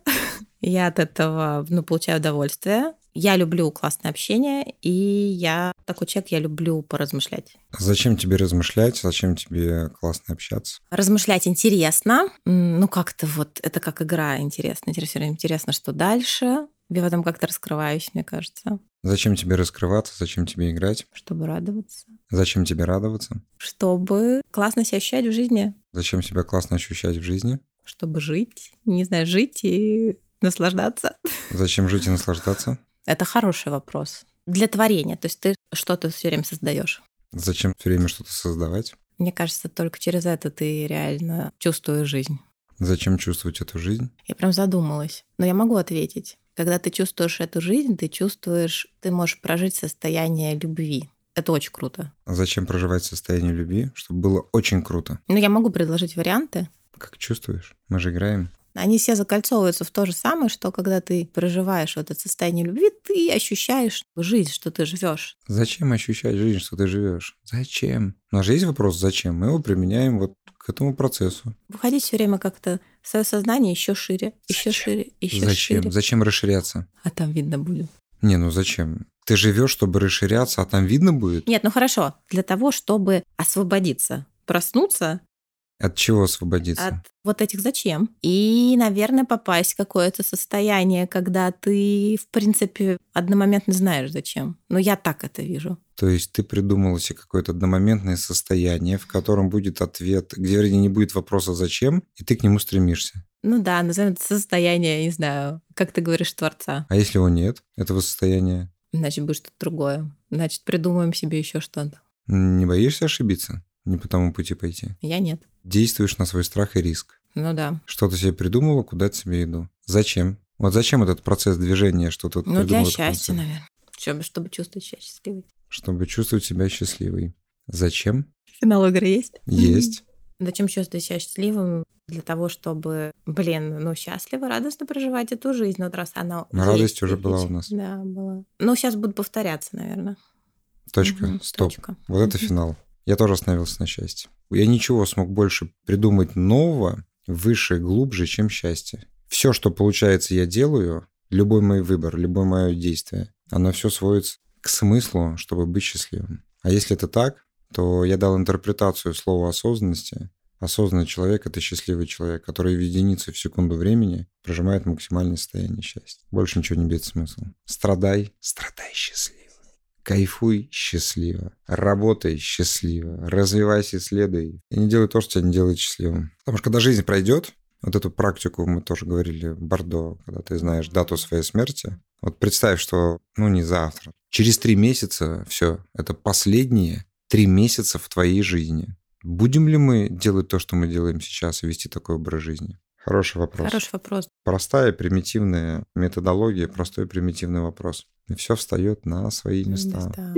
Я от этого ну, получаю удовольствие. Я люблю классное общение, и я такой человек, я люблю поразмышлять. Зачем тебе размышлять? Зачем тебе классно общаться? Размышлять интересно. Ну, как-то вот, это как игра интересно. Интересно, интересно, что дальше. Я в этом как-то раскрываюсь, мне кажется. Зачем тебе раскрываться? Зачем тебе играть? Чтобы радоваться. Зачем тебе радоваться? Чтобы классно себя ощущать в жизни. Зачем себя классно ощущать в жизни? Чтобы жить. Не знаю, жить и наслаждаться. Зачем жить и наслаждаться? Это хороший вопрос. Для творения. То есть ты что-то все время создаешь. Зачем все время что-то создавать? Мне кажется, только через это ты реально чувствуешь жизнь. Зачем чувствовать эту жизнь? Я прям задумалась. Но я могу ответить. Когда ты чувствуешь эту жизнь, ты чувствуешь, ты можешь прожить состояние любви. Это очень круто. Зачем проживать состояние любви? Чтобы было очень круто. Ну, я могу предложить варианты. Как чувствуешь? Мы же играем. Они все закольцовываются в то же самое, что когда ты проживаешь вот это состояние любви, ты ощущаешь жизнь, что ты живешь. Зачем ощущать жизнь, что ты живешь? Зачем? У нас же есть вопрос «зачем?». Мы его применяем вот к этому процессу. Выходить все время как-то в свое сознание еще шире, еще шире, еще зачем? шире. Зачем расширяться? А там видно будет. Не, ну зачем? Ты живешь, чтобы расширяться, а там видно будет? Нет, ну хорошо. Для того, чтобы освободиться, проснуться. От чего освободиться? От вот этих зачем. И, наверное, попасть в какое-то состояние, когда ты, в принципе, одномоментно знаешь зачем. Но я так это вижу. То есть ты придумала себе какое-то одномоментное состояние, в котором будет ответ, где, вернее, не будет вопроса «зачем?», и ты к нему стремишься. Ну да, назовем это состояние, не знаю, как ты говоришь, Творца. А если его нет, этого состояния? Значит, будет что-то другое. Значит, придумаем себе еще что-то. Не боишься ошибиться? Не по тому пути пойти? Я нет. Действуешь на свой страх и риск. Ну да. Что ты себе придумала, куда тебе иду? Зачем? Вот зачем этот процесс движения, что тут Ну для счастья, наверное. Чтобы, чтобы чувствовать себя счастливой. Чтобы чувствовать себя счастливой. Зачем? Финал игры есть? Есть. Зачем чувствовать себя счастливым? Для того, чтобы, блин, ну, счастливо, радостно проживать эту жизнь. Вот раз она Но есть, радость уже ведь. была у нас. Да, была. Ну, сейчас буду повторяться, наверное. Точка. Угу, Стоп. точка. Вот это финал. Я тоже остановился на счастье. Я ничего смог больше придумать нового, выше, глубже, чем счастье. Все, что получается, я делаю, любой мой выбор, любое мое действие, оно все сводится к смыслу, чтобы быть счастливым. А если это так, то я дал интерпретацию слова осознанности. Осознанный человек – это счастливый человек, который в единицу в секунду времени прожимает максимальное состояние счастья. Больше ничего не имеет смысла. Страдай, страдай счастливо. Кайфуй счастливо. Работай счастливо. Развивайся, исследуй. И не делай то, что тебя не делает счастливым. Потому что когда жизнь пройдет, вот эту практику мы тоже говорили в Бордо, когда ты знаешь дату своей смерти. Вот представь, что, ну, не завтра. Через три месяца все. Это последние три месяца в твоей жизни. Будем ли мы делать то, что мы делаем сейчас, и вести такой образ жизни? Хороший вопрос. Хороший вопрос. Простая, примитивная методология, простой, примитивный вопрос. И все встает на свои места. места.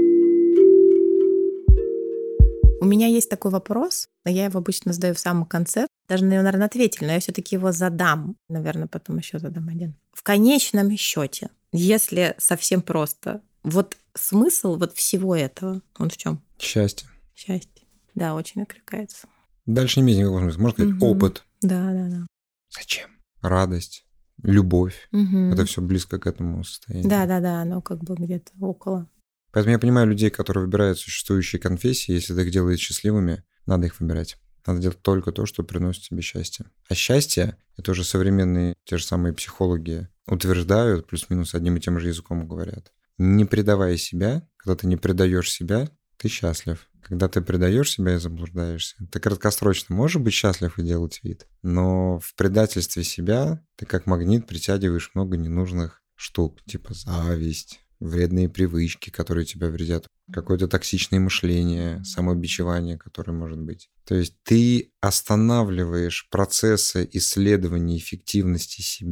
У меня есть такой вопрос, но я его обычно задаю в самом конце. Даже, наверное, ответили, но я все-таки его задам. Наверное, потом еще задам один. В конечном счете, если совсем просто, вот смысл вот всего этого, он в чем? Счастье. Счастье. Да, очень откликается. Дальше не имеет никакого смысла. Можно сказать, угу. Опыт. Да, да, да. Зачем? Радость, любовь. Угу. Это все близко к этому состоянию. Да, да, да, оно как бы где-то около. Поэтому я понимаю людей, которые выбирают существующие конфессии. Если это их делает счастливыми, надо их выбирать. Надо делать только то, что приносит тебе счастье. А счастье, это уже современные, те же самые психологи утверждают, плюс-минус одним и тем же языком говорят. Не предавая себя, когда ты не предаешь себя, ты счастлив. Когда ты предаешь себя и заблуждаешься, ты краткосрочно можешь быть счастлив и делать вид, но в предательстве себя ты как магнит притягиваешь много ненужных штук, типа зависть, вредные привычки, которые тебя вредят, какое-то токсичное мышление, самобичевание, которое может быть. То есть ты останавливаешь процессы исследования эффективности себя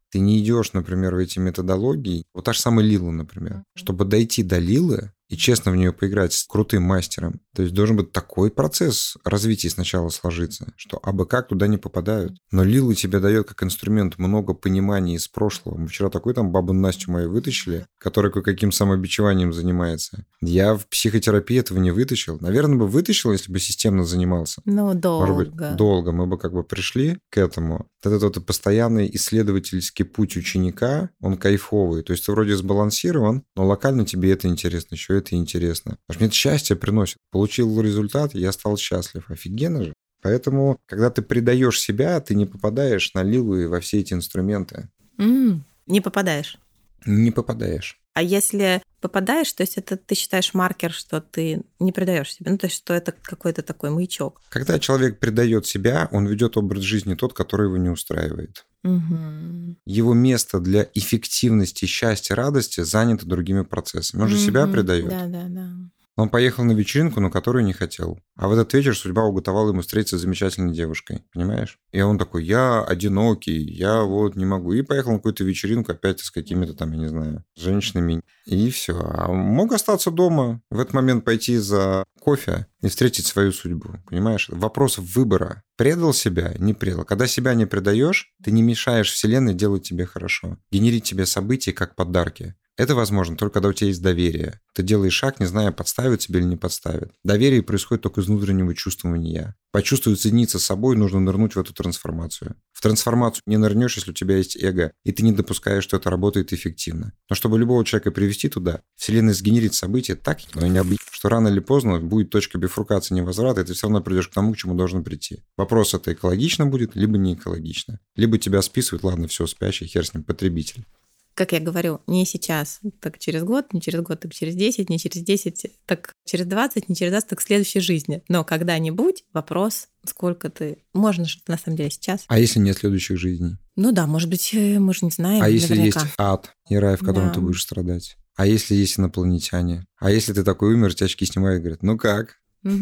ты не идешь, например, в эти методологии, вот та же самая Лила, например, чтобы дойти до Лилы и честно в нее поиграть с крутым мастером, то есть должен быть такой процесс развития сначала сложиться, что абы как туда не попадают. Но Лила тебе дает как инструмент много понимания из прошлого. Мы вчера такой там бабу Настю мою вытащили, которая кое-каким самобичеванием занимается. Я в психотерапии этого не вытащил. Наверное, бы вытащил, если бы системно занимался. Ну, долго. Может быть, долго. Мы бы как бы пришли к этому. Этот вот постоянный исследовательский путь ученика, он кайфовый. То есть ты вроде сбалансирован, но локально тебе это интересно, еще это интересно. Потому что мне это счастье приносит. Получил результат, я стал счастлив. Офигенно же. Поэтому, когда ты предаешь себя, ты не попадаешь на Лилу и во все эти инструменты. Mm, не попадаешь? Не попадаешь. А если попадаешь, то есть это ты считаешь маркер, что ты не предаешь себя? Ну, то есть что это какой-то такой маячок? Когда человек предает себя, он ведет образ жизни тот, который его не устраивает. Угу. Его место для эффективности, счастья, радости занято другими процессами. Он же угу. себя предает. Да, да, да. Он поехал на вечеринку, на которую не хотел. А в этот вечер судьба уготовала ему встретиться с замечательной девушкой. Понимаешь? И он такой, я одинокий, я вот не могу. И поехал на какую-то вечеринку опять с какими-то там, я не знаю, женщинами. И все. А мог остаться дома, в этот момент пойти за кофе и встретить свою судьбу. Понимаешь? Вопрос выбора. Предал себя, не предал. Когда себя не предаешь, ты не мешаешь Вселенной делать тебе хорошо. Генерить тебе события как подарки. Это возможно только когда у тебя есть доверие. Ты делаешь шаг, не зная, подставят тебе или не подставят. Доверие происходит только из внутреннего чувствования. Почувствовать, цениться собой, нужно нырнуть в эту трансформацию. В трансформацию не нырнешь, если у тебя есть эго, и ты не допускаешь, что это работает эффективно. Но чтобы любого человека привести туда, Вселенная сгенерит события так, но не объявит, что рано или поздно будет точка бифуркации невозврата, и ты все равно придешь к тому, к чему должен прийти. Вопрос, это экологично будет, либо не экологично. Либо тебя списывают, ладно, все, спящий, хер с ним, потребитель. Как я говорю, не сейчас, так через год, не через год, так через десять, не через десять, так через двадцать, не через двадцать, так в следующей жизни. Но когда-нибудь вопрос, сколько ты... Можно же на самом деле сейчас. А если нет следующих жизней? Ну да, может быть, мы же не знаем. А если наверняка. есть ад и рай, в котором да. ты будешь страдать? А если есть инопланетяне? А если ты такой умер, тебя очки снимают и говорят, ну как?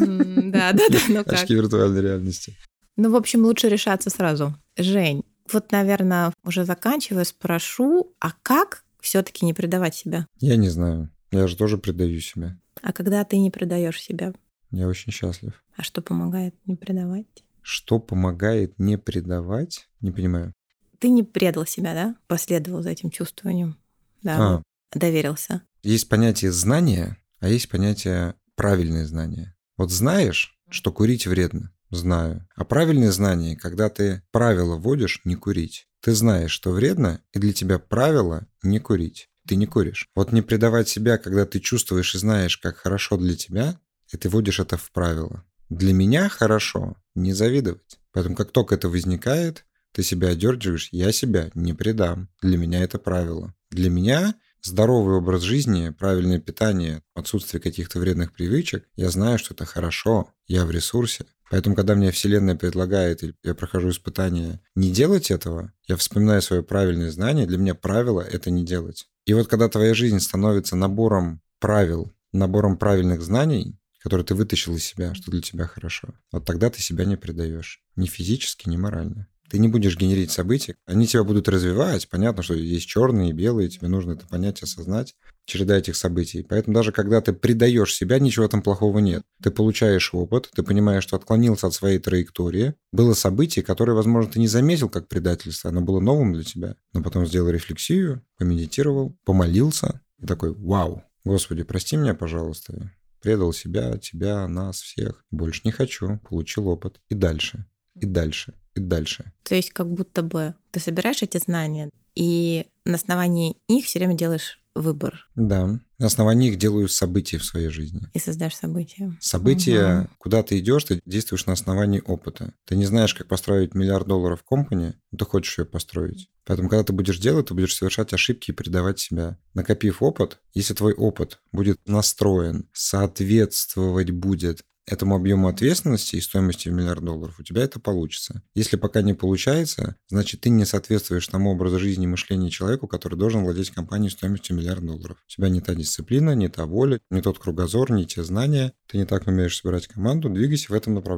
Да, да, да, ну как? Очки виртуальной реальности. Ну, в общем, лучше решаться сразу. Жень, вот, наверное, уже заканчивая, спрошу, а как все-таки не предавать себя? Я не знаю. Я же тоже предаю себя. А когда ты не предаешь себя? Я очень счастлив. А что помогает не предавать? Что помогает не предавать? Не понимаю. Ты не предал себя, да? Последовал за этим чувствованием. Да, а. вот, доверился. Есть понятие знания, а есть понятие правильное знание. Вот знаешь, что курить вредно? Знаю. А правильное знание, когда ты правила вводишь не курить. Ты знаешь, что вредно, и для тебя правило не курить. Ты не куришь. Вот не предавать себя, когда ты чувствуешь и знаешь, как хорошо для тебя, и ты вводишь это в правило. Для меня хорошо не завидовать. Поэтому как только это возникает, ты себя одергиваешь, я себя не предам. Для меня это правило. Для меня здоровый образ жизни, правильное питание, отсутствие каких-то вредных привычек, я знаю, что это хорошо, я в ресурсе. Поэтому, когда мне Вселенная предлагает, или я прохожу испытание, не делать этого, я вспоминаю свое правильное знание, для меня правило – это не делать. И вот когда твоя жизнь становится набором правил, набором правильных знаний, которые ты вытащил из себя, что для тебя хорошо, вот тогда ты себя не предаешь. Ни физически, ни морально. Ты не будешь генерить события, они тебя будут развивать. Понятно, что есть черные и белые, тебе нужно это понять, осознать. Череда этих событий. Поэтому даже когда ты предаешь себя, ничего там плохого нет. Ты получаешь опыт, ты понимаешь, что отклонился от своей траектории. Было событие, которое, возможно, ты не заметил как предательство, оно было новым для тебя. Но потом сделал рефлексию, помедитировал, помолился и такой: вау, Господи, прости меня, пожалуйста. Предал себя, тебя, нас, всех. Больше не хочу. Получил опыт. И дальше, и дальше, и дальше. То есть как будто бы ты собираешь эти знания, и на основании их все время делаешь выбор. Да. На основании их делаю события в своей жизни. И создашь события. События, угу. Куда ты идешь, ты действуешь на основании опыта. Ты не знаешь, как построить миллиард долларов компании, но ты хочешь ее построить. Поэтому, когда ты будешь делать, ты будешь совершать ошибки и предавать себя. Накопив опыт, если твой опыт будет настроен, соответствовать будет этому объему ответственности и стоимости в миллиард долларов, у тебя это получится. Если пока не получается, значит, ты не соответствуешь тому образу жизни и мышления человеку, который должен владеть компанией стоимостью миллиард долларов. У тебя не та дисциплина, не та воля, не тот кругозор, не те знания. Ты не так умеешь собирать команду, двигайся в этом направлении.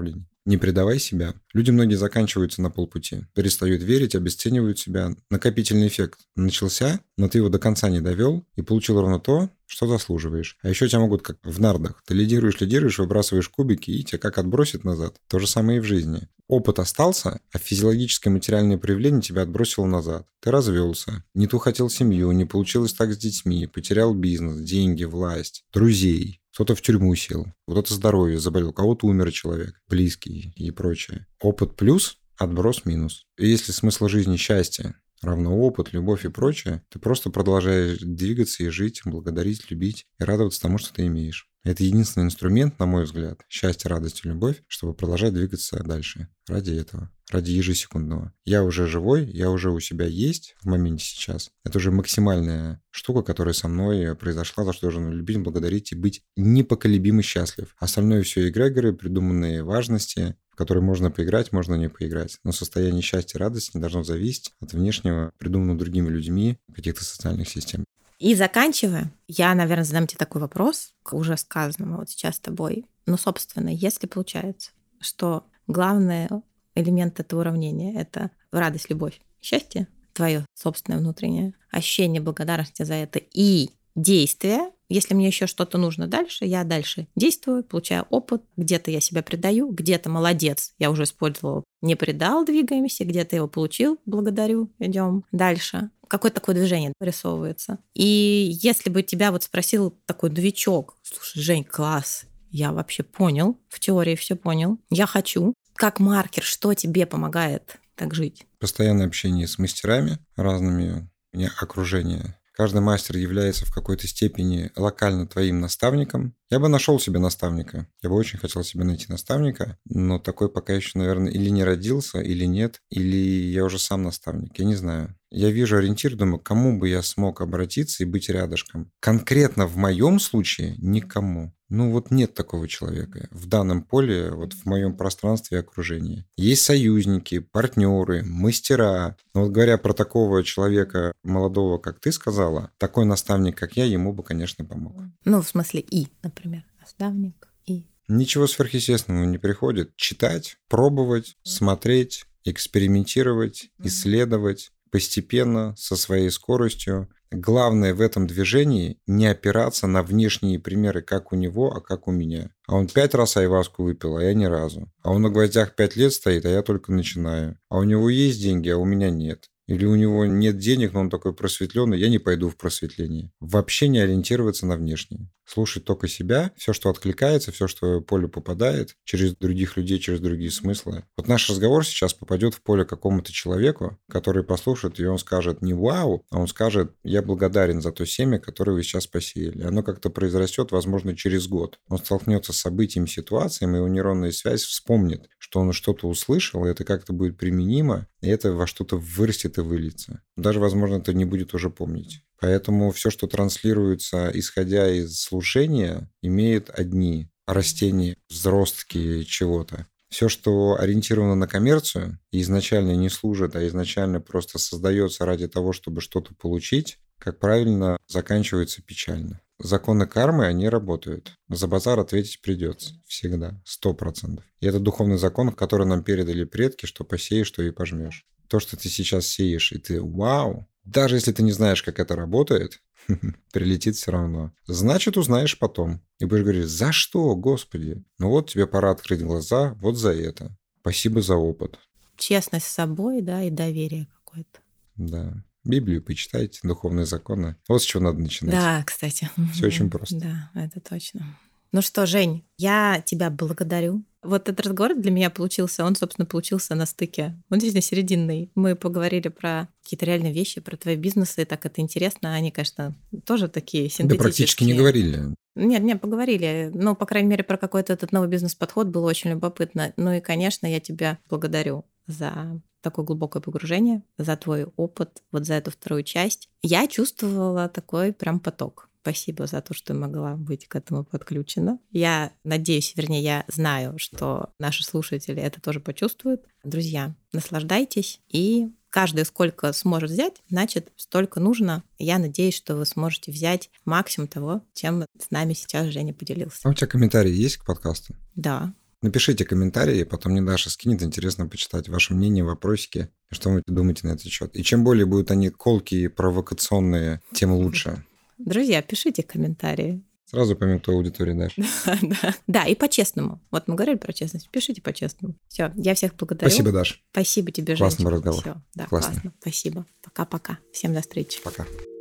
Не предавай себя. Люди многие заканчиваются на полпути. Перестают верить, обесценивают себя. Накопительный эффект начался, но ты его до конца не довел и получил ровно то, что заслуживаешь. А еще тебя могут, как в нардах. Ты лидируешь, лидируешь, выбрасываешь кубики, и тебя как отбросит назад. То же самое и в жизни. Опыт остался, а физиологическое материальное проявление тебя отбросило назад. Ты развелся, не ту хотел семью, не получилось так с детьми, потерял бизнес, деньги, власть, друзей. Кто-то в тюрьму сел, кто-то здоровье заболел, у кого-то умер человек, близкий и прочее. Опыт плюс, отброс минус. И если смысл жизни счастье равно опыт, любовь и прочее, ты просто продолжаешь двигаться и жить, благодарить, любить и радоваться тому, что ты имеешь. Это единственный инструмент, на мой взгляд, счастье, радость и любовь, чтобы продолжать двигаться дальше. Ради этого, ради ежесекундного. Я уже живой, я уже у себя есть в моменте сейчас. Это уже максимальная штука, которая со мной произошла, за что я должен любить, благодарить и быть непоколебимо счастлив. Остальное все эгрегоры, придуманные важности, в которые можно поиграть, можно не поиграть. Но состояние счастья и радости не должно зависеть от внешнего, придуманного другими людьми, каких-то социальных систем. И заканчивая, я, наверное, задам тебе такой вопрос, к уже сказанному вот сейчас с тобой. Ну, собственно, если получается, что главный элемент этого уравнения — это радость, любовь, счастье, твое собственное внутреннее ощущение благодарности за это и действие. Если мне еще что-то нужно дальше, я дальше действую, получаю опыт, где-то я себя предаю, где-то молодец, я уже использовала, не предал, двигаемся, где-то его получил, благодарю, идем дальше. Какое-то такое движение вырисовывается. И если бы тебя вот спросил такой новичок, слушай, Жень, класс, я вообще понял, в теории все понял, я хочу. Как маркер, что тебе помогает так жить? Постоянное общение с мастерами разными, окружение. Каждый мастер является в какой-то степени локально твоим наставником. Я бы нашел себе наставника. Я бы очень хотел себе найти наставника, но такой пока еще, наверное, или не родился, или нет, или я уже сам наставник. Я не знаю. Я вижу ориентир, думаю, кому бы я смог обратиться и быть рядышком. Конкретно в моем случае никому. Ну вот нет такого человека в данном поле, вот в моем пространстве и окружении. Есть союзники, партнеры, мастера. Но вот говоря про такого человека молодого, как ты сказала, такой наставник, как я, ему бы, конечно, помог. Ну, в смысле и, например, наставник и. Ничего сверхъестественного не приходит. Читать, пробовать, смотреть, экспериментировать, исследовать. Постепенно, со своей скоростью. Главное в этом движении не опираться на внешние примеры, как у него, а как у меня. А он пять раз айваску выпил, а я ни разу. А он на гвоздях пять лет стоит, а я только начинаю. А у него есть деньги, а у меня нет. Или у него нет денег, но он такой просветленный, я не пойду в просветление. Вообще не ориентироваться на внешнее. Слушать только себя, все, что откликается, все, что в поле попадает, через других людей, через другие смыслы. Вот наш разговор сейчас попадет в поле какому-то человеку, который послушает, и он скажет не «вау», а он скажет «я благодарен за то семя, которое вы сейчас посеяли». Оно как-то произрастет, возможно, через год. Он столкнется с событиями, ситуациями, и его нейронная связь вспомнит, что он что-то услышал, и это как-то будет применимо, и это во что-то вырастет и выльется. Даже, возможно, это не будет уже помнить. Поэтому все, что транслируется, исходя из слушания, имеет одни растения, взростки чего-то. Все, что ориентировано на коммерцию и изначально не служит, а изначально просто создается ради того, чтобы что-то получить, как правильно, заканчивается печально. Законы кармы, они работают. За базар ответить придется. Всегда. Сто процентов. И это духовный закон, который нам передали предки, что посеешь, то и пожмешь. То, что ты сейчас сеешь, и ты вау, даже если ты не знаешь, как это работает, прилетит все равно. Значит, узнаешь потом. И будешь говорить, за что, Господи? Ну вот тебе пора открыть глаза, вот за это. Спасибо за опыт. Честность с собой, да, и доверие какое-то. Да. Библию почитайте, духовные законы. Вот с чего надо начинать. Да, кстати. Все очень просто. Да, это точно. Ну что, Жень, я тебя благодарю. Вот этот разговор для меня получился, он, собственно, получился на стыке. Он действительно серединный. Мы поговорили про какие-то реальные вещи, про твои бизнесы, и так это интересно. Они, конечно, тоже такие синтетические. Да практически не говорили. Нет, нет, поговорили. Ну, по крайней мере, про какой-то этот новый бизнес-подход было очень любопытно. Ну и, конечно, я тебя благодарю за такое глубокое погружение, за твой опыт, вот за эту вторую часть. Я чувствовала такой прям поток. Спасибо за то, что могла быть к этому подключена. Я надеюсь, вернее, я знаю, что наши слушатели это тоже почувствуют. Друзья, наслаждайтесь, и каждый сколько сможет взять, значит, столько нужно. Я надеюсь, что вы сможете взять максимум того, чем с нами сейчас Женя поделился. А у тебя комментарии есть к подкасту? Да. Напишите комментарии, потом мне Даша скинет, интересно почитать ваше мнение, вопросики, что вы думаете на этот счет. И чем более будут они колкие, провокационные, тем лучше. Друзья, пишите комментарии. Сразу поймем, кто аудитория, Даша. Да, да, и по-честному. Вот мы говорили про честность. Пишите по-честному. Все, я всех благодарю. Спасибо, Даша. Спасибо тебе, Женечка. Классный разговор. Все, да, классно. классно. Спасибо. Пока-пока. Всем до встречи. Пока.